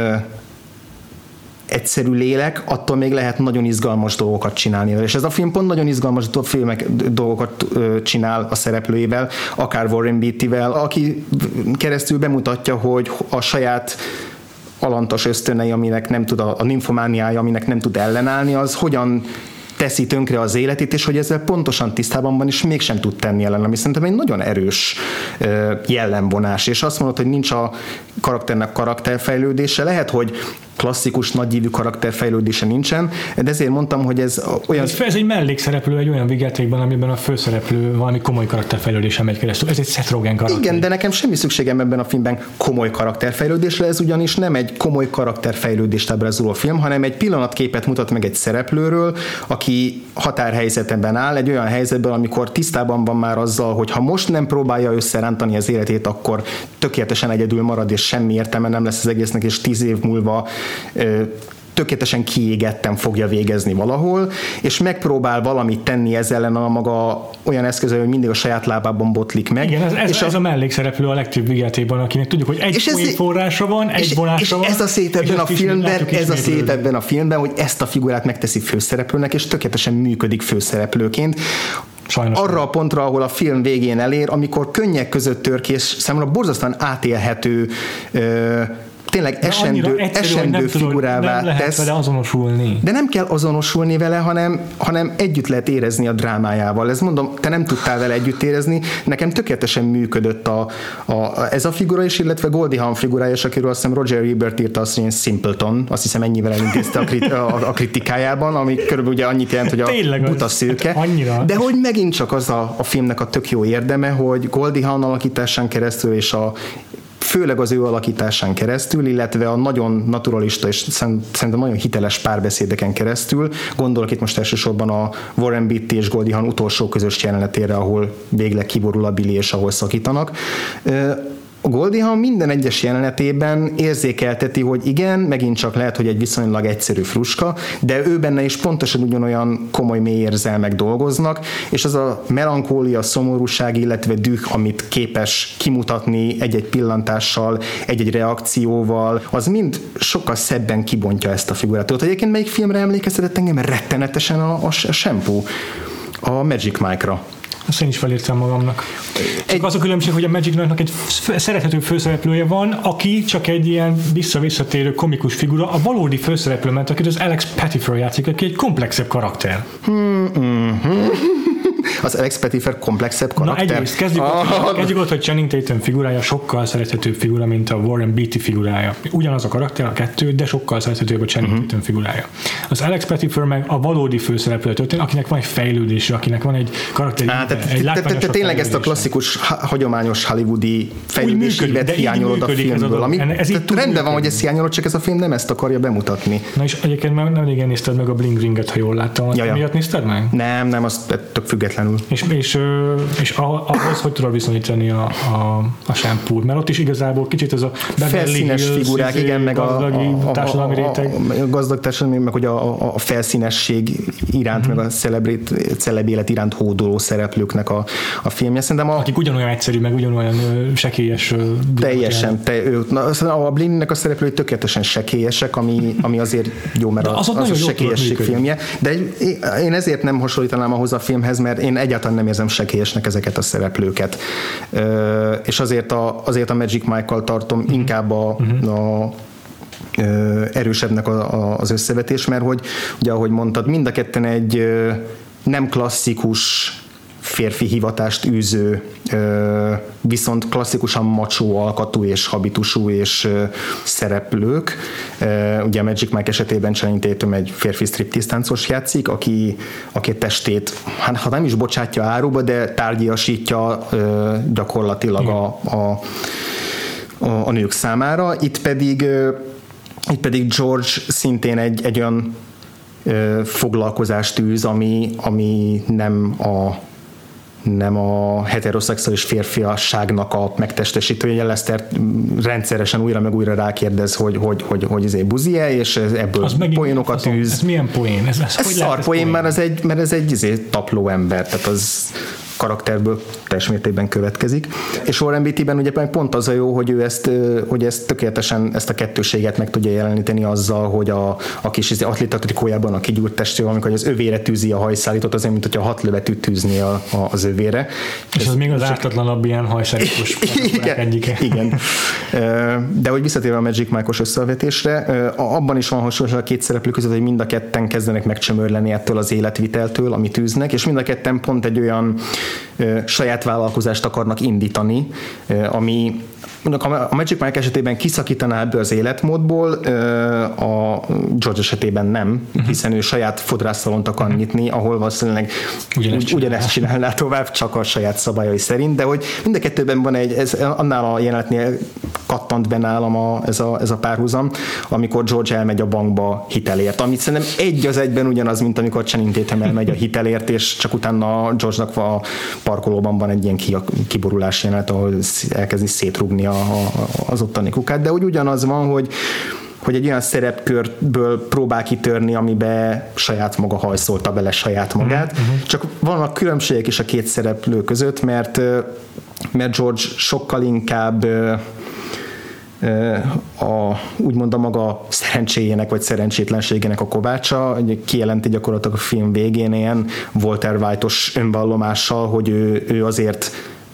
egyszerű lélek, attól még lehet nagyon izgalmas dolgokat csinálni. És ez a film pont nagyon izgalmas dolgokat csinál a szereplőivel, akár Warren Beattyvel, aki keresztül bemutatja, hogy a saját alantas ösztönei, aminek nem tud, a nymfomániája, aminek nem tud ellenállni, az hogyan teszi tönkre az életét, és hogy ezzel pontosan tisztában van, és mégsem tud tenni ellen, ami szerintem egy nagyon erős jellemvonás, és azt mondod, hogy nincs a karakternek karakterfejlődése, lehet, hogy klasszikus, nagyívű karakterfejlődése nincsen, de ezért mondtam, hogy ez olyan... Ez egy mellékszereplő egy olyan vígjátékban, amiben a főszereplő valami komoly karakterfejlődésen megy keresztül. Ez egy Seth Rogen karakter. Igen, de nekem semmi szükségem ebben a filmben komoly karakterfejlődésre, ez ugyanis nem egy komoly karakterfejlődést ábrázoló film, hanem egy pillanatképet mutat meg egy szereplőről, aki határhelyzetben áll, egy olyan helyzetben, amikor tisztában van már azzal, hogy ha most nem próbálja összerántani az életét, akkor tökéletesen egyedül marad, és semmi értelme nem lesz az egésznek, és 10 év múlva tökéletesen kiégetten fogja végezni valahol, és megpróbál valamit tenni ezzel ellen a maga olyan eszközzel, hogy mindig a saját lábában botlik meg. Igen, ez a mellékszereplő a legtöbb vigyátékban, akinek tudjuk, hogy egy forrása van, egy vonása van. Ez a szép ebben a filmben, hogy ezt a figurát megteszi főszereplőnek, és tökéletesen működik főszereplőként. Sajnos arra a pontra, ahol a film végén elér, amikor könnyek között tör ki, és számomra borzasztóan átélhető, tényleg esendő figurává nem tesz. Vele azonosulni. De nem kell azonosulni vele, hanem együtt lehet érezni a drámájával. Ez mondom, te nem tudtál vele együtt érezni. Nekem tökéletesen működött ez a figura is, illetve Goldie Hawn figurája, és akiről azt hiszem Roger Ebert írta azt, hogy én Simpleton, azt hiszem ennyivel elintézte a kritikájában, ami körülbelül ugye annyit jelent, hogy a buta szőke. De hogy megint csak az a filmnek a tök jó érdeme, hogy Goldie Hawn alakításán keresztül és főleg az ő alakításán keresztül, illetve a nagyon naturalista és szerintem nagyon hiteles párbeszédeken keresztül, gondolok itt most elsősorban a Warren Beatty és Goldie Hawn utolsó közös jelenetére, ahol végleg kiborul a Billy és ahol szakítanak. A Goldie Hawn minden egyes jelenetében érzékelteti, hogy igen, megint csak lehet, hogy egy viszonylag egyszerű fruska, de ő benne is pontosan ugyanolyan komoly mély érzelmek dolgoznak, és az a melankólia, szomorúság, illetve düh, amit képes kimutatni egy-egy pillantással, egy-egy reakcióval, az mind sokkal szebben kibontja ezt a figurát. Tudod, egyébként melyik filmre emlékeztetett engem rettenetesen a Shampoo, a Magic Mike-ra. Azt én is felírtam magamnak. Csak az a különbség, hogy a Magic Mike-nak egy szerethető főszereplője van, aki csak egy ilyen visszatérő komikus figura, a valódi főszereplő, mert akit az Alex Pettyfer játszik, aki egy komplexebb karakter. Az Alex Pettyfer komplexebb karakter? Na egyrészt kezdjük ott, hogy Channing Tatum figurája sokkal szerethetőbb figura, mint a Warren Beatty figurája. Ugyanaz a karakter, a kettő, de sokkal szerethetőbb a Channing Tatum figurája. Az Alex Pettyfer meg a valódi főszereplő történet, akinek van egy fejlődése, akinek van egy karakteri, egy látványosabb. Te tényleg ezt a klasszikus, hagyományos hollywoodi fejlődési ívet hiányolod a filmből. Rendben van, hogy ez hiányolod, csak ez a film nem ezt akarja bemutatni. Na és egyébként nem régen nézted meg a Bling Ringet, ha jól láttam. Miatt nézted meg? Nem, az tök függetlenül. És ahhoz hogy tudod viszonyítani a Shampoo-t? Mert ott is igazából kicsit ez a felszínes figurák, igen, meg a társadalmi réteg. A gazdag társadalmi, meg hogy a felszínesség iránt, meg a celeb élet iránt hódoló szereplőknek a filmje. Szerintem akik ugyanolyan egyszerű, meg ugyanolyan sekélyes. Teljesen. A Blingnek a szereplői tökéletesen sekélyesek, ami azért jó, mert az a sekélyesség filmje. De én ezért nem hasonlítanám ahhoz a filmhez, mert én egyáltalán nem érzem sekélyesnek ezeket a szereplőket. És azért a Magic Mike-kal tartom inkább erősebbnek az összevetés, mert hogy ugye ahogy mondtad, mind a ketten egy nem klasszikus férfi hivatást űző, viszont klasszikusan macsó alkatú és habitusú és szereplők. Ugye a Magic Mike esetében Channing Tatum egy férfi striptease táncos játszik, aki testét, hát nem is bocsátja áruba, de tárgyiasítja gyakorlatilag a nők számára. Itt pedig George szintén egy olyan foglalkozást űz, ami nem a heteroszexuális férfiasságnak a megtestesítője. Lester rendszeresen újra meg újra rákérdez, hogy ez egy buzi-e, és ebből poénokat űz. Ez milyen poén? Ez szar poén, mert ez egy tapló ember, tehát az karakterből teljes mértékben következik. És Warren Beattyben ugye pont az a jó, hogy ő ezt tökéletesen, ezt a kettőséget meg tudja jeleníteni azzal, hogy a kis atlita trikójában a kigyúrt testével, amikor az övére tűzi a hajszállítót, azért, mint hogyha 6 lövet tűzni az övére. És ez még az ártatlanabb ilyen hajszállítós egyike. Igen. De hogy visszatérve a Magic Mike-os összevetésre, abban is van hasonló a két szereplő között, hogy mind a ketten kezdenek megcsömörleni ettől az életviteltől, amit űznek, és mind a ketten pont egy olyan saját vállalkozást akarnak indítani, ami a Magic Mike esetében kiszakítaná ebből az életmódból, a George esetében nem, hiszen ő saját fodrászszalont akar nyitni, ahol valószínűleg ugyanezt csinálná tovább, csak a saját szabályai szerint, de hogy mind a kettőben van annál a jelenetnél kattant be nálam ez a párhuzam, amikor George elmegy a bankba hitelért, amit szerintem egy az egyben ugyanaz, mint amikor Channing Tatum elmegy a hitelért, és csak utána George-nak a parkolóban van egy ilyen kiborulás jelenet, ahol elkezdi szétrugni az ottani kukát, de úgy ugyanaz van, hogy egy olyan szerepkörből próbál kitörni, amiben saját maga hajszolta bele saját magát. Csak vannak különbségek is a két szereplő között, mert George sokkal inkább úgymond a maga szerencséjének vagy szerencsétlenségének a kovácsa, kijelenti gyakorlatilag a film végén ilyen Walter White-os önvallomással, hogy ő azért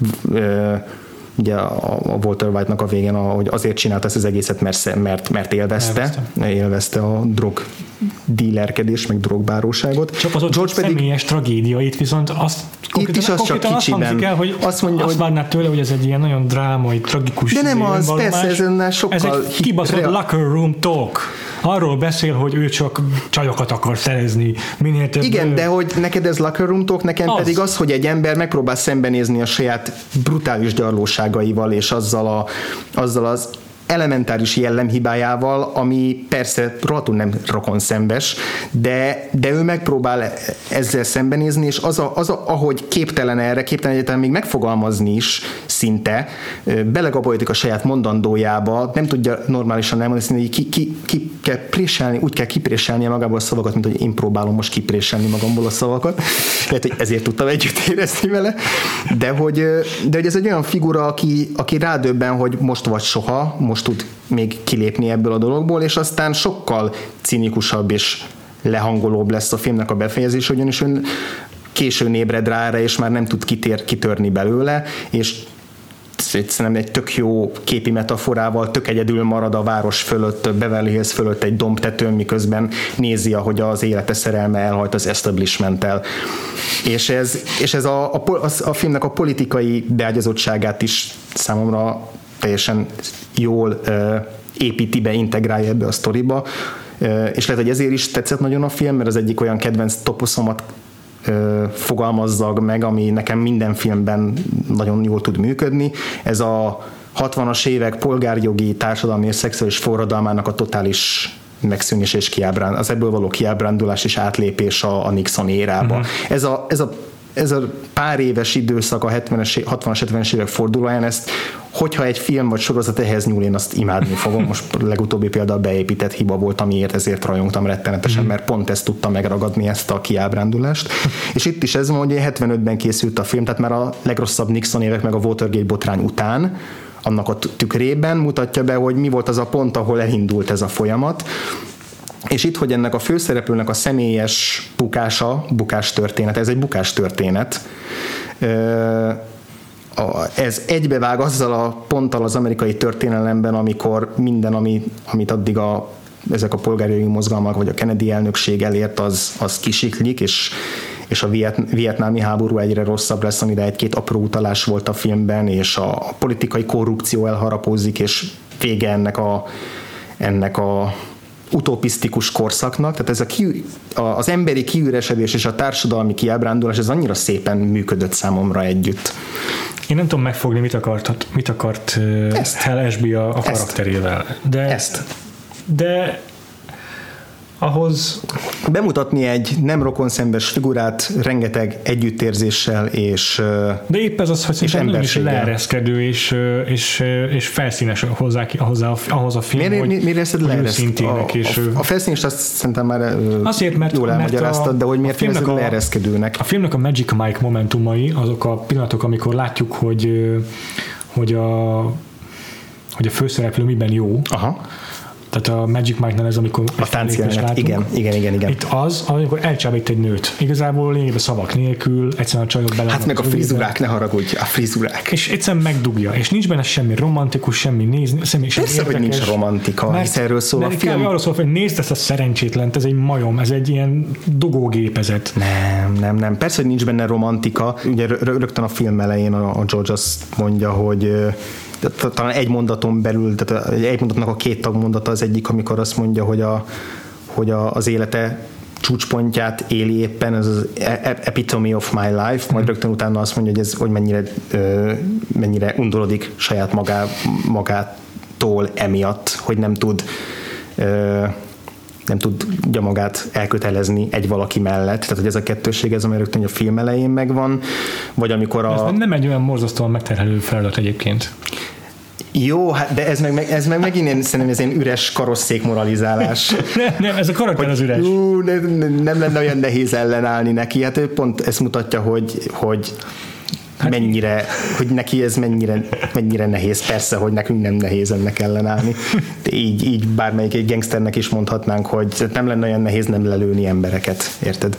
ugye a Walter White-nak a végén, hogy azért csinálta ezt az egészet, mert élvezte a drog dílerkedés, meg drogbáróságot. Csak az ott személyes tragédia, itt viszont azt hangzik el, hogy azt várnád tőle, hogy ez egy ilyen nagyon drámai, tragikus. De nem az, persze, ez ennél sokkal... Ez egy kibaszott locker room talk. Arról beszél, hogy ő csak csajokat akar szerezni, minél több... Igen, de hogy neked ez locker room talk, nekem pedig az, hogy egy ember megpróbál szembenézni a saját brutális gyarlóságaival, és azzal az elementáris jellemhibájával, ami persze rohadtul nem rokonszembes, de ő megpróbál ezzel szembenézni, és ahogy képtelen egyáltalán még megfogalmazni is szinte, belegabajdik a saját mondandójába, nem tudja normálisan elmondani, hogy ki kell préselni, úgy kell kipréselnie magából a szavakat, mint hogy én próbálom most kipréselni magamból a szavakat. Lehet, hogy ezért tudtam együtt érezni vele, de hogy ez egy olyan figura, aki rádöbben, hogy most vagy soha, most tud még kilépni ebből a dologból, és aztán sokkal cinikusabb és lehangolóbb lesz a filmnek a befejezés, ugyanis ön későn ébred rá erre, és már nem tud kitörni belőle, és szerintem egy tök jó képi metaforával tök egyedül marad a város fölött, Beverly Hills fölött egy dombtetőn, miközben nézi, ahogy az élete szerelme elhajt az establishmenttel. És ez a filmnek a politikai beágyazottságát is számomra teljesen jól építi be, integrálja ebbe a sztoriba, és lehet, hogy ezért is tetszett nagyon a film, mert az egyik olyan kedvenc toposzomat fogalmazzag meg, ami nekem minden filmben nagyon jól tud működni. Ez a 60-as évek polgárjogi, társadalmi és szexuális forradalmának a totális megszűnés és az ebből való kiábrándulás és átlépés a Nixon érába. Ez a pár éves időszak a 60-as-70-es évek fordulóján, ezt, hogyha egy film vagy sorozat ehhez nyúl, én azt imádni fogom. Most legutóbbi például beépített hiba volt, amiért ezért rajongtam rettenetesen, mert pont ezt tudta megragadni, ezt a kiábrándulást. És itt is ez van, hogy 75-ben készült a film, tehát már a legrosszabb Nixon évek meg a Watergate botrány után, annak a tükrében mutatja be, hogy mi volt az a pont, ahol elindult ez a folyamat. És itt, hogy ennek a főszereplőnek a személyes bukástörténet, ez egy bukástörténet, ez egybevág azzal a ponttal az amerikai történelemben, amikor minden, amit addig ezek a polgárjogi mozgalmak vagy a Kennedy elnökség elért, az kisiklik, és a vietnámi háború egyre rosszabb lesz, amire egy-két apró utalás volt a filmben, és a politikai korrupció elharapózik, és vége ennek a utopisztikus korszaknak, tehát ez az emberi kiüresedés és a társadalmi kiábrándulás, ez annyira szépen működött számomra együtt. Én nem tudom megfogni, mit akart Hal Ashby a karakterével. De ahhoz... Bemutatni egy nem rokonszembes figurát rengeteg együttérzéssel és de épp ez az, hogy szerintem nagyon is leereszkedő és felszínes ahhoz a film, miért érzed leereszkedőnek. A felszínes azt szerintem már azért, mert jól elmagyaráztad, de hogy miért érzed leereszkedőnek? A filmnek a Magic Mike momentumai, azok a pillanatok, amikor látjuk, hogy a főszereplő miben jó. Aha. Tehát a Magic Mike-nál ez, amikor a táncjelenet, látunk. Igen. Itt amikor elcsábít egy nőt. Igazából lényegében szavak nélkül, egyszerűen a csajok bele. Hát meg a frizurák, ne haragudj, a frizurák. És egyszerűen megdugja. És nincs benne semmi romantikus, semmi nézni, semmi persze, érdekes, hogy nincs romantika, hisz erről szól a film. Arról szól, hogy nézd ezt a szerencsétlent, ez egy majom, ez egy ilyen dugógépezet. Nem. Persze, hogy nincs benne romantika. Ugye rögtön a film elején a George azt mondja, hogy talán egy mondaton belül, tehát egy mondatnak a két tagmondata az egyik, amikor azt mondja, hogy az élete csúcspontját éli éppen, ez az epitome of my life, majd rögtön utána azt mondja, hogy mennyire undorodik saját magától emiatt, hogy nem tudja magát elkötelezni egy valaki mellett. Tehát, hogy ez a kettőség, ez ami rögtön a film elején megvan, vagy amikor ez nem egy olyan morzasztóan megterhelő feladat egyébként. Jó, hát de ez meg megint szerintem ez ilyen üres karosszék moralizálás. Nem, ez a karakter az üres. Nem lenne olyan nehéz ellenállni neki, hát ő pont ezt mutatja, hogy mennyire, hogy neki ez mennyire nehéz. Persze, hogy nekünk nem nehéz ennek ellenállni. De így bármelyik egy gangsternek is mondhatnánk, hogy nem lenne olyan nehéz nem lelőni embereket, érted?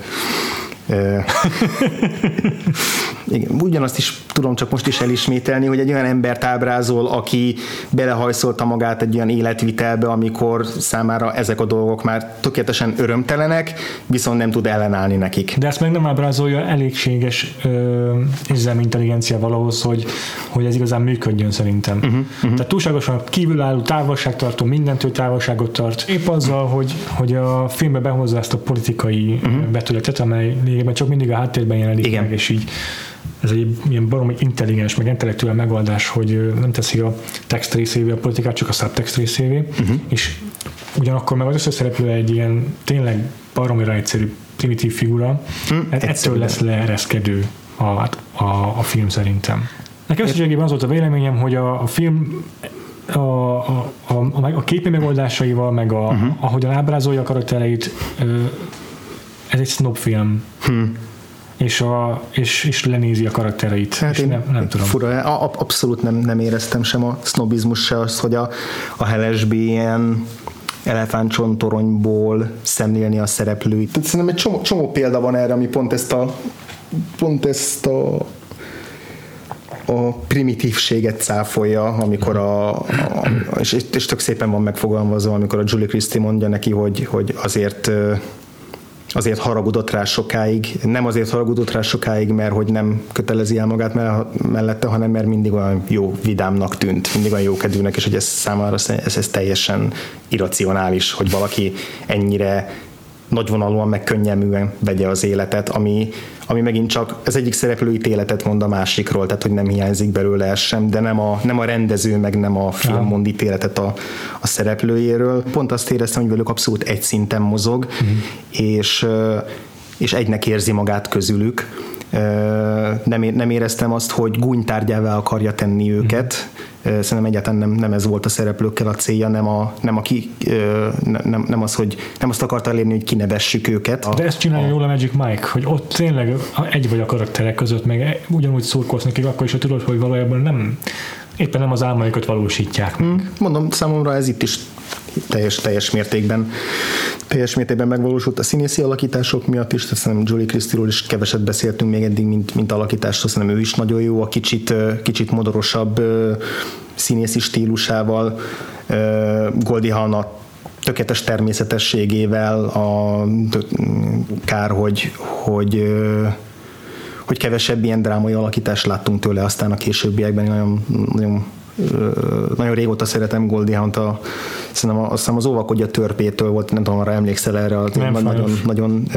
Igen, ugyanazt is tudom csak most is elismételni, hogy egy olyan embert ábrázol, aki belehajszolta magát egy olyan életvitelbe, amikor számára ezek a dolgok már tökéletesen örömtelenek, viszont nem tud ellenállni nekik. De ezt meg nem ábrázolja elégséges érzelmi intelligenciával ahhoz, hogy ez igazán működjön szerintem. Tehát túlságosan kívülálló, távolságtartó, mindentől távolságot tart. Épp azzal, hogy a filmbe behozza ezt a politikai betületet, amely lényegében csak mindig a háttérben jelenik meg, és így ez egy ilyen baromi intelligens, meg intellektuál megoldás, hogy nem teszi a text részévé a politikát, csak a subtext részévé, és ugyanakkor meg az összes szereplő egy ilyen tényleg baromira egyszerű, primitív figura, ettől lesz leereszkedő a film szerintem. Nekem összességében az volt a véleményem, hogy a film a képi megoldásaival, meg ahogyan ábrázolja a karaktereit, ez egy snob film. És lenézi a karaktereit. Hát én nem tudom. Fura, abszolút nem éreztem sem a sznobizmus, se azt, hogy a Hellesby ilyen elefántcsontoronyból szemlélni a szereplőit. Tehát szerintem egy csomó példa van erre, ami pont ezt a primitívséget cáfolja, amikor és tök szépen van megfogalmazva, amikor a Julie Christie mondja neki, hogy azért haragudott rá sokáig, nem azért haragudott rá sokáig, mert hogy nem kötelezi el magát mellette, hanem mert mindig olyan jó vidámnak tűnt, mindig olyan jókedvűnek, és hogy ez számára ez teljesen irracionális, hogy valaki ennyire nagyvonalúan, meg könnyelműen vegye az életet, ami megint csak az egyik szereplő ítéletet mond a másikról, tehát hogy nem hiányzik belőle ez sem, de nem a rendező, meg nem a film mond ítéletet a szereplőjéről. Pont azt éreztem, hogy velük abszolút egy szinten mozog, és egynek érzi magát közülük. Nem éreztem azt, hogy gúnytárgyává akarja tenni őket. Szerintem egyáltalán nem ez volt a szereplőkkel a célja, nem azt akarta elérni, hogy kinevessük őket. De ezt csinálja jól a Magic Mike, hogy ott tényleg egy vagy a karakterek között, meg ugyanúgy szurkolsz nekik, akkor is, hogy tudod, hogy valójában éppen nem az álmaikat valósítják meg. Mondom, számomra ez itt is teljes mértékben megvalósult a színészi alakítások miatt is, szerintem Julie Christie-ról is keveset beszéltünk még eddig, mint alakításról, szerintem ő is nagyon jó, a kicsit modorosabb színészi stílusával, Goldie Hawn a tökéletes természetességével, kár, hogy kevesebb ilyen drámai alakítást láttunk tőle, aztán a későbbiekben nagyon régóta szeretem Goldie Hawn-t, szerintem azt hiszem az Óvakodja törpétől volt, nem tudom, arra emlékszel erre a nagyon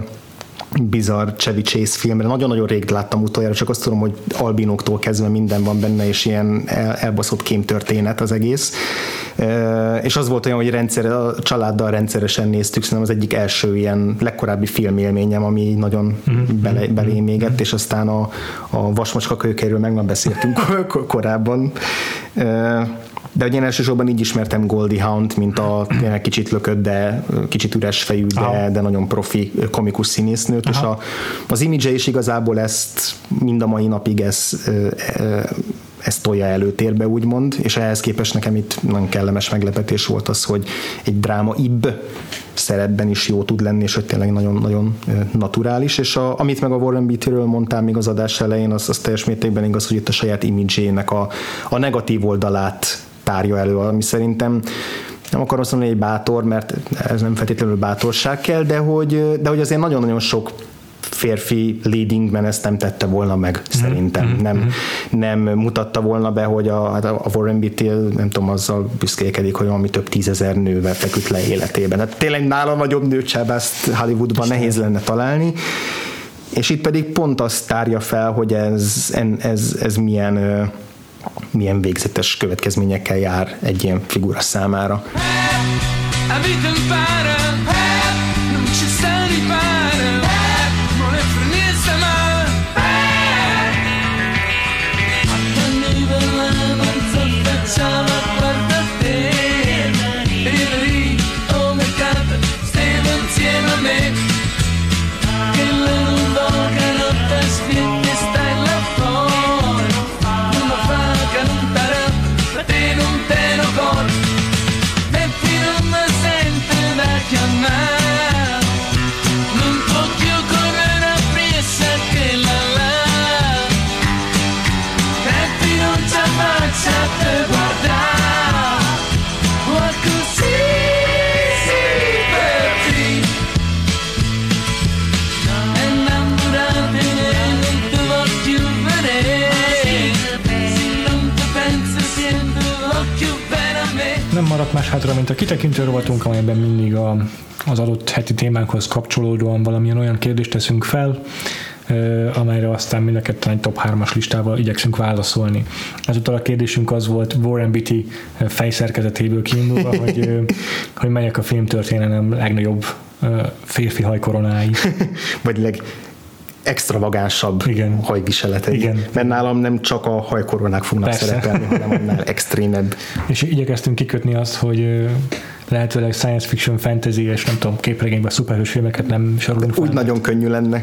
bizarr Chevy Chase filmre. Nagyon-nagyon rég láttam utoljára, csak azt tudom, hogy albinóktól kezdve minden van benne, és ilyen elbaszott kémtörténet az egész. És az volt olyan, hogy a családdal rendszeresen néztük, szerintem az egyik első ilyen legkorábbi filmélményem, ami nagyon belém égett, és aztán a Vasmacska kölykéről meg már beszéltünk korábban. De hogy én elsősorban így ismertem Goldie Hawn-t, mint a kicsit lökött, de kicsit üres fejű, de nagyon profi komikus színésznőt, és az image is igazából ezt mind a mai napig ezt tolja előtérbe, úgymond, és ehhez képest nekem itt nagyon kellemes meglepetés volt az, hogy egy drámaibb szerepben is jó tud lenni, és hogy tényleg nagyon-nagyon naturális, és amit meg a Warren Beattyről mondtam még az adás elején, az teljes mértékben igaz, hogy itt a saját image-ének a negatív oldalát tárja elő, ami szerintem nem akarom azt mondani, hogy bátor, mert ez nem feltétlenül bátorság kell, de hogy azért nagyon-nagyon sok férfi leading man ezt nem tette volna meg, szerintem. Nem mutatta volna be, hogy a Warren Beatty, nem tudom, azzal büszkélkedik, hogy valami több 10 000 nővel feküdt le életében. Hát tényleg nála nagyobb nőcsábászt Hollywoodban nehéz lenne találni, és itt pedig pont azt tárja fel, hogy ez milyen végzetes következményekkel jár egy ilyen figura számára. maradt más hátra, mint a kitekintő rovatunk, amelyben mindig az adott heti témánkhoz kapcsolódóan valamilyen olyan kérdést teszünk fel, amelyre aztán mind a ketten egy top 3-as listával igyekszünk válaszolni. Ezúttal a kérdésünk az volt Warren Beatty fejszerkezetéből kiindulva, hogy melyek a filmtörténelem legnagyobb férfi hajkoronái. Vagy extravagánsabb hajviseletei. Igen. Mert nálam nem csak a hajkoronák fognak szerepelni, hanem annál extrémebb. És igyekeztünk kikötni azt, hogy lehetőleg science fiction, fantasy és nem tudom, képregényben szuperhős filmeket nem sorolunk fel. Úgy nagyon könnyű lenne.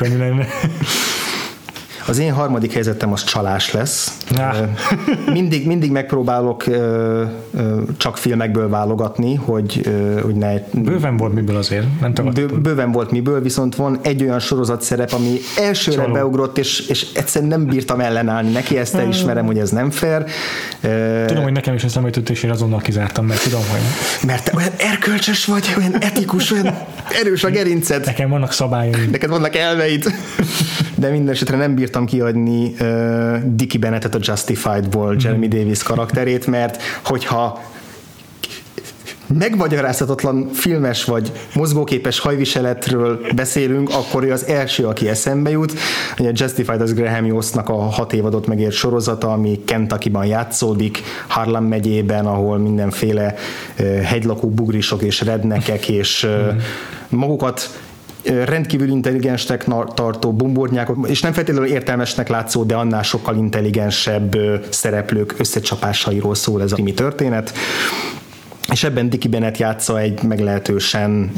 Az én harmadik helyzetem az csalás lesz. Mindig megpróbálok csak filmekből válogatni, hogy ne... Bőven volt miből azért, nem tagadtam. Bőven volt miből, viszont van egy olyan sorozat szerep, ami elsőre beugrott, és egyszerűen nem bírtam ellenállni neki, ezt elismerem, hogy ez nem fair. Tudom, hogy nekem is ezt nem jutott, és én azonnal kizártam, mert tudom, hogy... Mert te olyan erkölcsös vagy, olyan etikus, olyan erős a gerinced. Nekem vannak szabályaim. Neked vannak elveid. De minden esetre nem bírtam kiadni Dickie Bennettet a Justified-ból, Jeremy Davis karakterét, mert hogyha megmagyarázhatatlan filmes vagy mozgóképes hajviseletről beszélünk, akkor ő az első, aki eszembe jut. A Justified az Graham Yostnak a 6 évadot megért sorozata, ami Kentuckyban játszódik, Harlan megyében, ahol mindenféle hegylakó bugrisok és rednekek és magukat rendkívül intelligensnek tartó bumburnyákok, és nem feltétlenül értelmesnek látszó, de annál sokkal intelligensebb szereplők összecsapásairól szól ez a krimi történet. És ebben Dickie Bennett játsza egy meglehetősen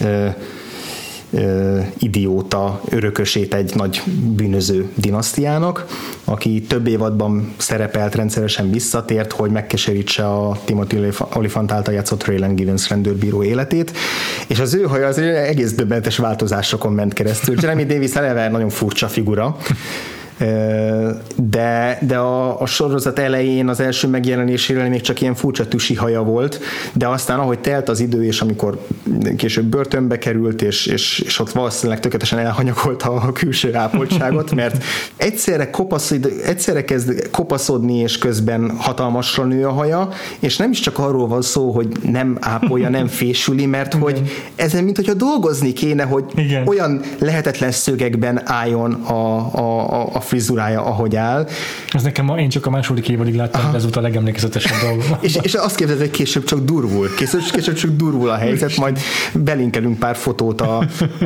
idióta örökösét egy nagy bűnöző dinasztiának, aki több évadban szerepelt, rendszeresen visszatért, hogy megkeserítse a Timothy Olyphant által játszott Raylan Givens rendőrbíró életét, és az ő haja az egész döbbenetes változásokon ment keresztül. Jeremy Davis eleve nagyon furcsa figura, de a sorozat elején az első megjelenéséről még csak ilyen furcsa tüsi haja volt, de aztán ahogy telt az idő, és amikor később börtönbe került, és ott valószínűleg tökéletesen elhanyagolta a külső ápoltságot, mert egyszerre kezd kopaszodni, és közben hatalmasra nő a haja, és nem is csak arról van szó, hogy nem ápolja, nem fésüli, mert hogy ezen, mint hogyha dolgozni kéne, hogy olyan lehetetlen szögekben álljon a frizurája, ahogy áll. Ez nekem én csak a második évadig láttam, de ez volt a legemlékezetesebb dolgom. és azt képzeld, hogy később csak durvul a helyzet, majd belinkelünk pár fotót a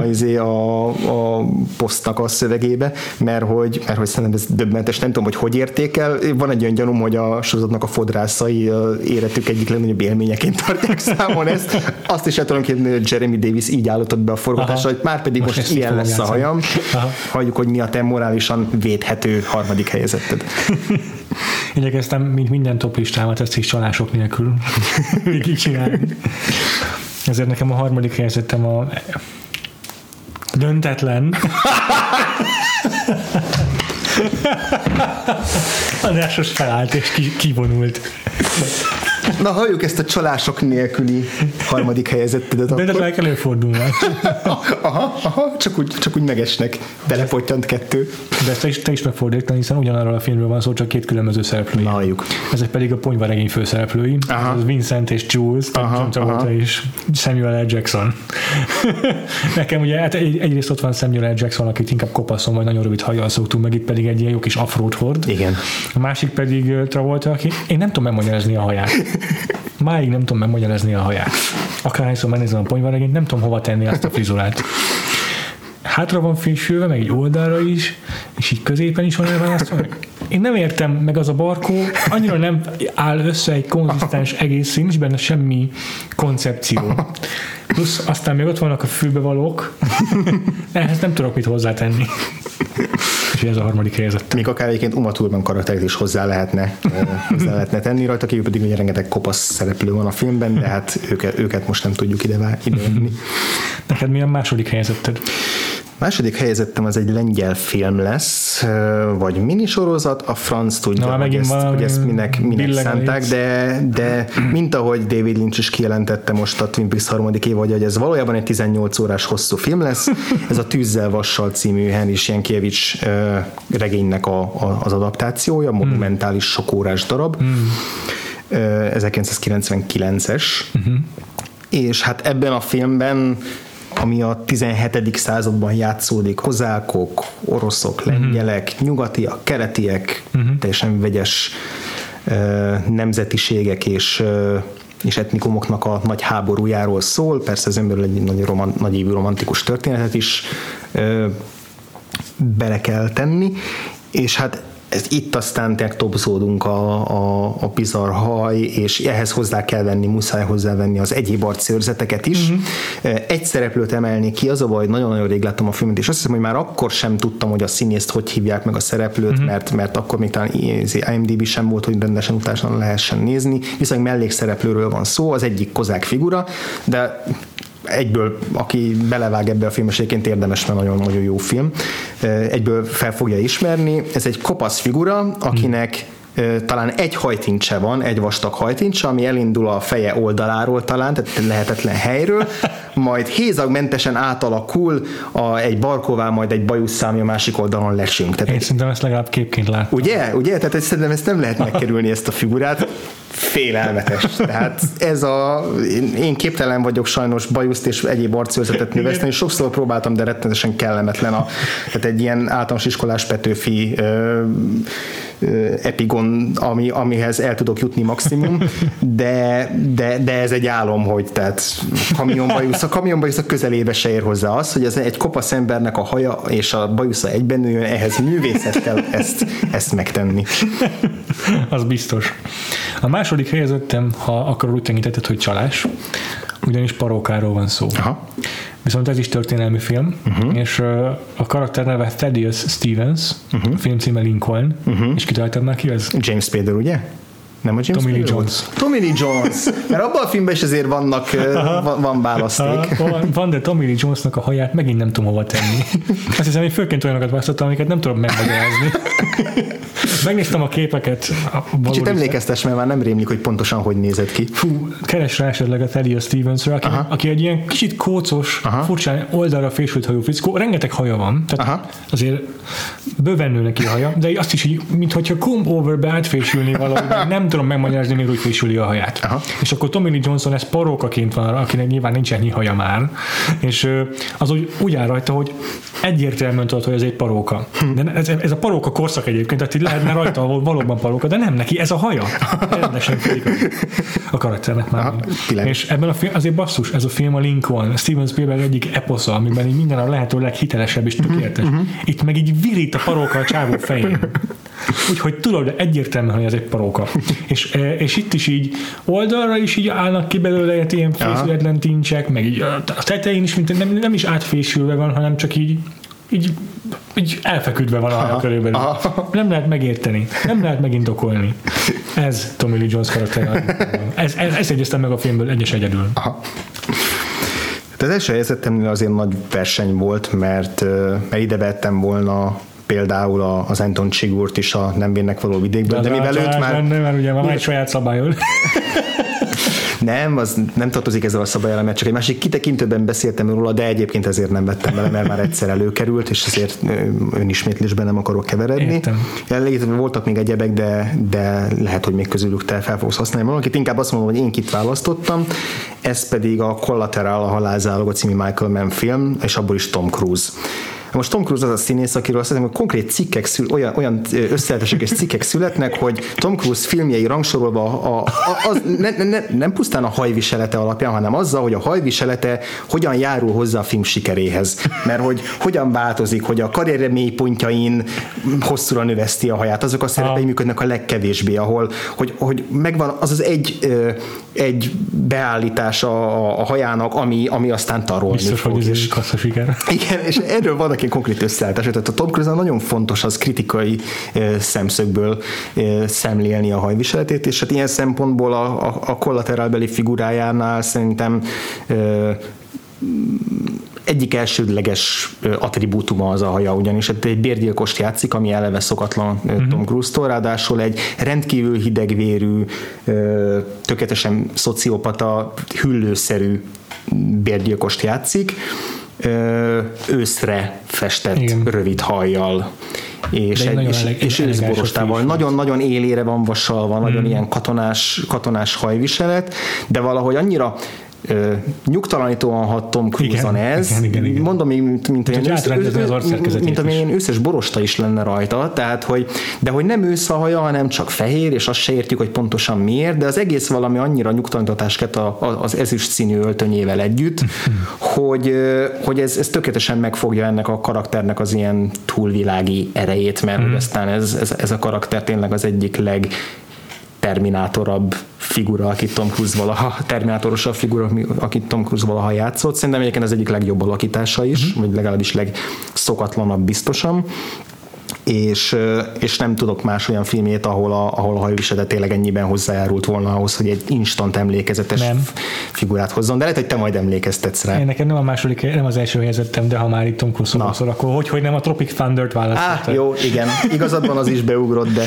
posztnak a szövegébe, mert hogy szerintem ez döbbenetes, nem tudom, hogy érték el. Van egy olyan gyanúm, hogy a sorozatnak a fodrászai életük egyik legnagyobb élményeként tartják számon ezt. Azt is el tudom képzelni, hogy Jeremy Davis így állított be a forgatásra, hogy már pedig most ilyen lesz a hajam. Hagyjuk, hogy mi a te morálisan védhető harmadik helyezetted. Igyekeztem, mint minden top listámat, ezt is csalások nélkül végigcsinálni. Ezért nekem a harmadik helyezettem a döntetlen. Andrásos felállt és kivonult. Na, halljuk ezt a csalások nélküli harmadik helyezettedet akkor. De ez előfordulnak. Aha, csak úgy megesnek. Belepottyant 2. De te is megfordítani, hiszen ugyanarról a filmről van szó, csak 2 különböző szereplői. Na, halljuk. Ezek pedig a ponyvaregény főszereplői. Ez Vincent és Jules, John Travolta és Samuel L. Jackson. Nekem ugye egyrészt ott van Samuel L. Jackson, akit inkább kopaszon, vagy nagyon rövid hajjal szoktunk, meg itt pedig egy ilyen jó kis afrót hord. Igen. A másik pedig Travolta, aki én nem tudom megmagyarázni a haját. Máig nem tudom megmagyarázni a haját. Akárhányszor megnézem a ponyvaregényt, nem tudom hova tenni azt a frizurát. Hátra van fésülve, meg egy oldalra is, és így középen is van elválasztva. Én nem értem, meg az a barkó annyira nem áll össze egy konzisztens egész, nincs benne semmi koncepció. Plusz aztán még ott vannak a fülbevalók, ehhez nem tudok mit hozzátenni. És ez a harmadik helyzet. Még akár egyébként Uma Thurman karaktert is hozzá lehetne tenni rajta, kívül pedig ugye rengeteg kopasz szereplő van a filmben, de hát őket most nem tudjuk ide venni. Neked mi a második helyzeted? Második helyezettem az egy lengyel film lesz, vagy minisorozat, a franc tudja, hogy ezt minek szánták, de mint ahogy David Lynch is kijelentette most a Twin Peaks harmadik évadja, hogy ez valójában egy 18 órás hosszú film lesz. Ez a Tűzzel vassal című Henry Sienkiewicz regénynek az adaptációja, monumentális sokórás darab. 1999-es, és hát ebben a filmben, ami a 17. században játszódik, kozákok, oroszok, lengyelek, nyugatiak, keletiek, teljesen vegyes nemzetiségek és etnikumoknak a nagy háborújáról szól, persze az emberről egy nagyívű romantikus történetet is bele kell tenni, és hát itt aztán topzódunk a bizarr haj, és ehhez muszáj hozzávenni az egyéb arcőrzeteket is. Egy szereplőt emelni ki, az a baj, nagyon-nagyon rég láttam a filmet, és azt hiszem, hogy már akkor sem tudtam, hogy a színészt hogy hívják meg a szereplőt, mert akkor még talán IMDb sem volt, hogy rendesen utána lehessen nézni. Viszont mellékszereplőről van szó, az egyik kozák figura, de egyből, aki belevág ebbe a filmeséként érdemes, mert nagyon-nagyon jó film, egyből fel fogja ismerni. Ez egy kopasz figura, akinek talán egy hajtincse van, egy vastag hajtincse, ami elindul a feje oldaláról talán, tehát lehetetlen helyről, majd hézagmentesen átalakul egy barková, majd egy bajusszá, ami a másik oldalon lesünk. Én szerintem ezt legalább képként láttam. Ugye? Tehát szerintem ezt nem lehet megkerülni, ezt a figurát. Félelmetes. Tehát én képtelen vagyok sajnos bajuszt és egyéb arcőrzetet növeszteni, és sokszor próbáltam, de rettenetesen kellemetlen. Tehát egy ilyen általános iskolás Petőfi epigon, amihez el tudok jutni maximum, de ez egy álom, hogy tehát a kamionbajusz a közelébe se ér hozzá az, hogy ez egy kopasz embernek a haja és a bajusza egyben nőjön, ehhez művészet kell ezt megtenni. Az biztos. A második helyezettem, ha akarod, úgy tekintetted, hogy csalás, ugyanis parókáról van szó. Aha. Viszont ez is történelmi film, és a karakter neve Thaddeus Stevens, a film címe Lincoln, és kitaláltad már ki ez? James Spader, ugye? Nem a James Tommy Lee Jones. Tommy Lee Jones. Mert abban a filmben is azért van választék. Van, de Tommy Lee Jonesnak a haját megint nem tudom hova tenni. Azt hiszem, hogy főként olyanokat választottam, amiket nem tudom megmagyarázni. Megnéztem a képeket. Kicsit emlékeztes, mert már nem rémlik, hogy pontosan hogy nézett ki. Keres rá esetleg a Thaddeus Stevensre, aki egy ilyen kicsit kócos, furcsán oldalra fésült hajú fickó. Rengeteg haja van, tehát azért bőven nő neki a haja, de azt is így, minthogyha comb overbe átfésülni valahogy, nem tudom megmagyarázni, miért úgy fésüli a haját. Aha. És akkor Tommy Lee Johnson ez parókaként van, akinek nyilván nincs ennyi haja már, és az úgy áll rajta, hogy egyértelműen tudod, hogy ez egy paróka. De ez a paróka korszak egyébként, tehát így lehetne rajta valóban paróka, de nem neki, ez a haja. Rendesen félik a karakternek már. És ebben a film, azért basszus, ez a film a Lincoln, Steven Spielberg egyik eposza, amiben így minden a lehető leghitelesebb és tökéletes. Itt meg így virít a paróka a csávó fején. Úgyhogy tudod, de egyértelműen, hogy ez egy paróka. És itt is így oldalra is így állnak ki belőle ilyen fészületlen tincsek, meg így a tetején is nem is átfésülve van, hanem csak így elfeküdve van a haja körülbelül. Nem lehet megérteni. Nem lehet megindokolni. Ez Tommy Lee Jones karakter. Ez egyeztem meg a filmből egyes egyedül. Aha. Az első helyezettemnél azért nagy verseny volt, mert ide vettem volna például az Anton Chigurht is a Nem vérnek való vidékből, de mivel őt már... Mert ugye van egy saját szabályod. Nem, az nem tartozik ezzel a szabályal, mert csak egy másik kitekintőben beszéltem róla, de egyébként ezért nem vettem bele, mert már egyszer előkerült, és ezért önismétlésben nem akarok keveredni. Voltak még egyebek, de lehet, hogy még közülük te fel fogsz használni valakit. Inkább azt mondom, hogy én kit választottam, ez pedig a Collateral, a Halálzálog című Michael Mann film, és abból is Tom Cruise. Most Tom Cruise az a színész, akiről azt hiszem, hogy konkrét cikkek olyan összehetőséges cikkek születnek, hogy Tom Cruise filmjei rangsorolva nem pusztán a hajviselete alapján, hanem azzal, hogy a hajviselete hogyan járul hozzá a film sikeréhez. Mert hogy hogyan változik, hogy a karrierje mélypontjain hosszúra növeszti a haját. Azok a szerepei működnek a legkevésbé, ahol hogy megvan az egy beállítás a hajának, ami aztán tarolni biztos, fog. Biztos, hogy ez egy kassza siker. Igen, és erről vannak egy konkrét összeállítás. Tehát a Tom Cruise nagyon fontos az kritikai szemszögből szemlélni a hajviseletét, és hát ilyen szempontból a kollaterálbeli figurájánál szerintem egyik elsődleges attribútuma az a haja, ugyanis egy bérgyilkost játszik, ami eleve szokatlan Tom Cruise-tól, ráadásul egy rendkívül hidegvérű, tökéletesen szociopata, hüllőszerű bérgyilkost játszik, őszre festett rövid hajjal. és őszborostával. Nagyon-nagyon élére van vasalva, nagyon ilyen katonás hajviselet, de valahogy annyira nyugtalanítóan hat Tom Cruise-on ez. Igen. Mondom, mint amilyen összes borosta is lenne rajta, tehát, de hogy nem ősz a haja, hanem csak fehér, és azt se értjük, hogy pontosan miért, de az egész valami annyira nyugtalanítotás az ezüst színű öltönyével együtt, hogy ez tökéletesen megfogja ennek a karakternek az ilyen túlvilági erejét, mert hogy aztán ez a karakter tényleg az egyik terminátorabb figura, akit Tom Cruise valaha, terminátorosabb figura, akit Tom Cruise valaha játszott. Szerintem egyébként az egyik legjobb alakítása is, vagy legalábbis legszokatlanabb biztosan. És nem tudok más olyan filmét, ahol a hajviselet tényleg ennyiben hozzájárult volna ahhoz, hogy egy instant emlékezetes figurát hozzon, de lehet, hogy te majd emlékeztetsz rá. Én nekem nem az első helyezettem, de ha már itt Tom Cruise-ról szól, akkor hogy nem a Tropic Thunder-t választottad? Jó, igen. Igazad van, az is beugrott, de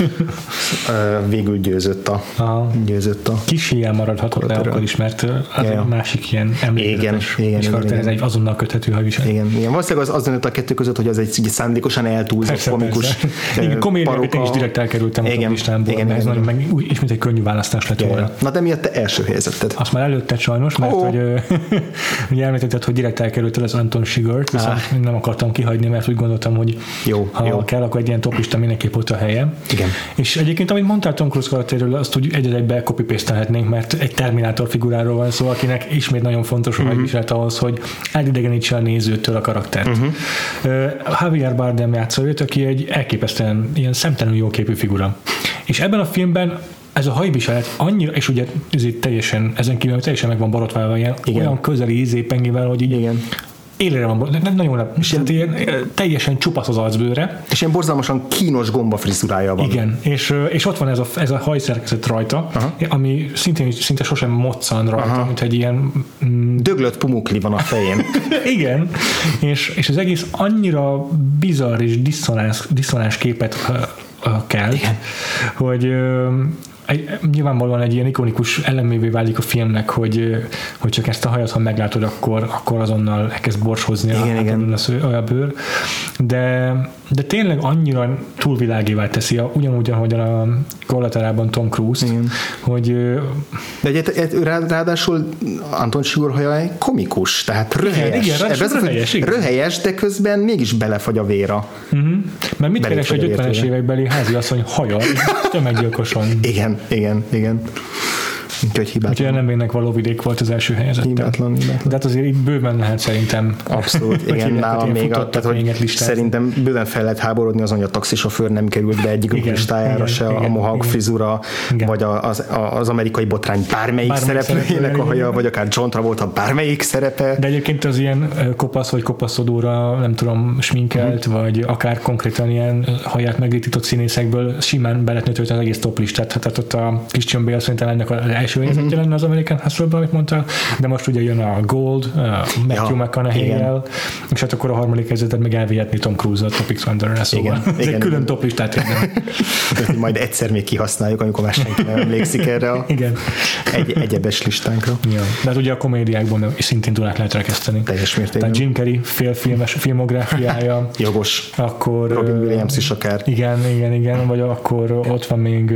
végül győzött a kis ilyen maradhatott le akkor is, mert az egy másik ilyen emlékezetes és karakter, ez egy azonnal köthető hajviselet. Igen. Valószínűleg az döntött a kettő között, hogy az egy szándékosan eltúlzott komikus komédiákat én is direkt elkerültem a listámból, mert ez nagyon ismét egy könnyű választás lett volna. Na de miatt te első helyezetted? Azt már előtted sajnos, mert hogy említetted, hogy direkt elkerülted az Anton Chigurh-t, viszont nem akartam kihagyni, mert úgy gondoltam, hogy ha kell, akkor egy ilyen toplista mindenképp ott a helye. Igen. És egyébként, amit mondtál Tom Cruise karakteréről, azt úgy egy-egybe copy-paste-elhetnénk, mert egy Terminátor figuráról van szó, akinek ismét nagyon fontos a hajviselet ahhoz, hogy elidegenítse a nézőtől a karaktert. Javier Bardem játsza őt, aki egy elképesztően ilyen szemtelenül jó képű figura. És ebben a filmben ez a hajviselet annyira, és ugye teljesen, ezen kívül teljesen meg van borotválva olyan közeli ízépengével, hogy így élére van, nagyon ilyen teljesen csupasz az arcbőre. És ilyen borzalmasan kínos gombafrizurája van. Igen, és ott van ez a hajszerkezet rajta, ami szinte sosem moccan rajta, mint egy ilyen... döglött pumukli van a fején. Igen, és az egész annyira bizarr és diszonás képet kell, hogy nyilvánvalóan egy ilyen ikonikus elemévé válik a filmnek, hogy csak ezt a hajat, ha meglátod, akkor azonnal elkezd borshozni a bőr. De tényleg annyira túlvilágévá teszi, ugyanúgy, ahogy a Collateralban Tom Cruise, hogy... De ráadásul Anton Chigurh haja komikus, tehát röhelyes. Röhelyes, de közben mégis belefagy a véra. Mert mit keres egy 50-es évekbeli háziasszony haja tömeggyilkosan? Igen. Úgyhogy hibátlan. Nem vénnek való vidék volt az első helyezettel. Hibátlan. De hát azért itt bőven lehet szerintem. Abszolút, igen, nálam még szerintem bőven fel lehet háborodni azon, hogy a taxisofőr nem került be egyik listájára se, a mohawk frizura, vagy az amerikai botrány bármelyik szereplőjének a haja, vagy akár John Travolta bármelyik szerepe. De egyébként az ilyen kopasz vagy kopaszodóra, nem tudom, sminkelt, vagy akár konkrétan ilyen haját megritított színészekből simán be lehetne tölteni az egész top listát. Tehát ott a Christian Bale szerintem ennek az első helyzetje lenne az American Hustle-ban, amit mondtál, de most ugye jön a Gold, Matthew McConaughey-jel, és hát akkor a harmadik helyzetet meg elvihetni Tom Cruise-ot Tropic Thunder-re, szóval ez egy külön top listát érdemel. Majd egyszer még kihasználjuk, amikor már senki nem emlékszik erre a egyebes listánkra. Ja. De hát ugye a komédiákban szintén tudnák lehet rekeszteni. Teljes mértékben. Tehát Jim Carrey félfilmes filmográfiája. Jogos. Akkor Robin Williams is akár. Igen, vagy akkor ott van még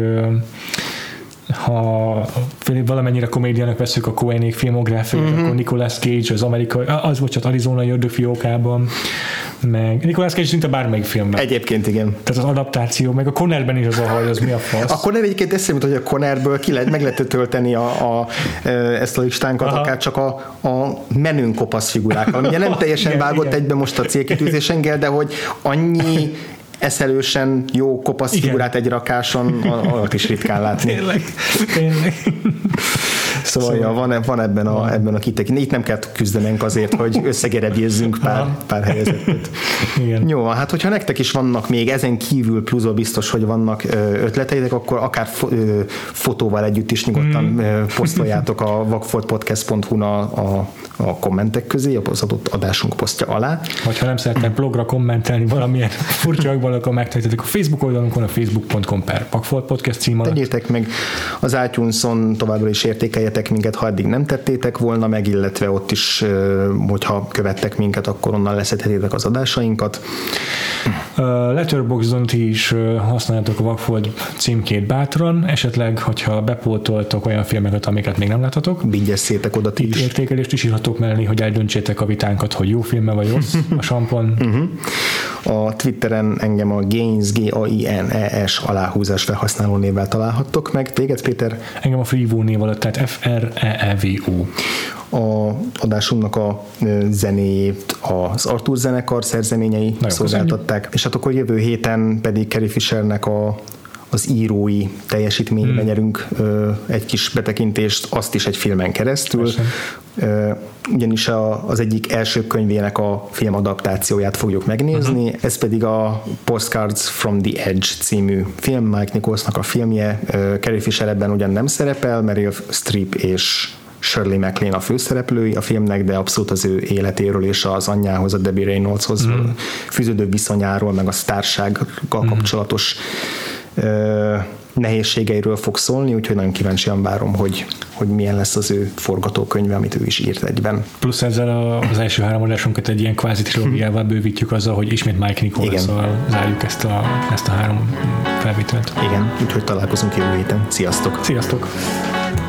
ha valamennyire komédiának veszük a Coen-ék filmográfiát, akkor Nicolas Cage az amerikai, Arizonai ördögfiókában, meg Nicolas Cage szinte bármelyik filmben. Egyébként igen. Tehát az adaptáció, meg a Connerben is az a haj, az mi a fasz? Akkor nem egyébként eszembe, hogy a Connerből meg lehet tölteni ezt a listánkat, akár csak a menőn kopasz figurákkal. Ugye nem teljesen vágott egybe most a célkitűzésenkkel, de hogy annyi eszelősen jó kopasz figurát egy rakáson, alatt is ritkán látni. Tényleg. Szóval van ebben a kitekintés. Itt nem kell küzdenünk azért, hogy összegerebjézzünk pár helyezettet. Igen. Jó, hát hogyha nektek is vannak még ezen kívül pluszban biztos, hogy vannak ötleteitek, akkor akár fotóval együtt is nyugodtan posztoljátok a vakfoltpodcast.hu-n a kommentek közé, az adott adásunk posztja alá. Vagy ha nem szeretnék blogra kommentelni valamilyen furcsákban, akkor megtehetetek a Facebook oldalunkon, a facebook.com/vakfoltpodcast cím alatt. Tegyétek meg az iTunes-on, továbbra is értékeljetek kövessetek minket, ha eddig nem tettétek volna meg, illetve ott is, hogyha követtek minket, akkor onnan leszedhetitek az adásainkat. Letterboxdon ti is használjátok a Vagfolt címkét bátran, esetleg, hogyha bepótoltok olyan filmeket, amiket még nem láthatok. Vigyesszétek oda ti is. Értékelést is írhatok mellé, hogy eldöntsétek a vitánkat, hogy jó filme vagy rossz a Sampon. A Twitteren engem a Gaines, G-A-I-N-E-S aláhúzás felhasználó névvel találhattok meg. Téged, Péter? Engem a Freevo név alatt, tehát F-R-E-E-V-O. A adásunknak a zenéjét az Arthur zenekar szerzeményei szolgáltatták, és hát akkor jövő héten pedig Carrie Fishernek az írói teljesítményben nyerünk egy kis betekintést, azt is egy filmen keresztül. Ugyanis az egyik első könyvének a filmadaptációját fogjuk megnézni, ez pedig a Postcards from the Edge című film, Mike Nicholsnak a filmje. Carrie Fisher ebben ugyan nem szerepel, Meryl Streep és Shirley MacLaine a főszereplői a filmnek, de abszolút az ő életéről és az anyjához, a Debbie Reynoldshoz fűződő viszonyáról, meg a sztársággal kapcsolatos nehézségeiről fog szólni, úgyhogy nagyon kíváncsian várom, hogy milyen lesz az ő forgatókönyve, amit ő is írt egyben. Plusz ezzel az első 3 adásunkat egy ilyen kvázi trilógiával bővítjük azzal, hogy ismét Mike Nicholsszal zárjuk ezt a 3 felvételt. Igen, úgyhogy találkozunk jövő héten. Sziasztok! Sziasztok!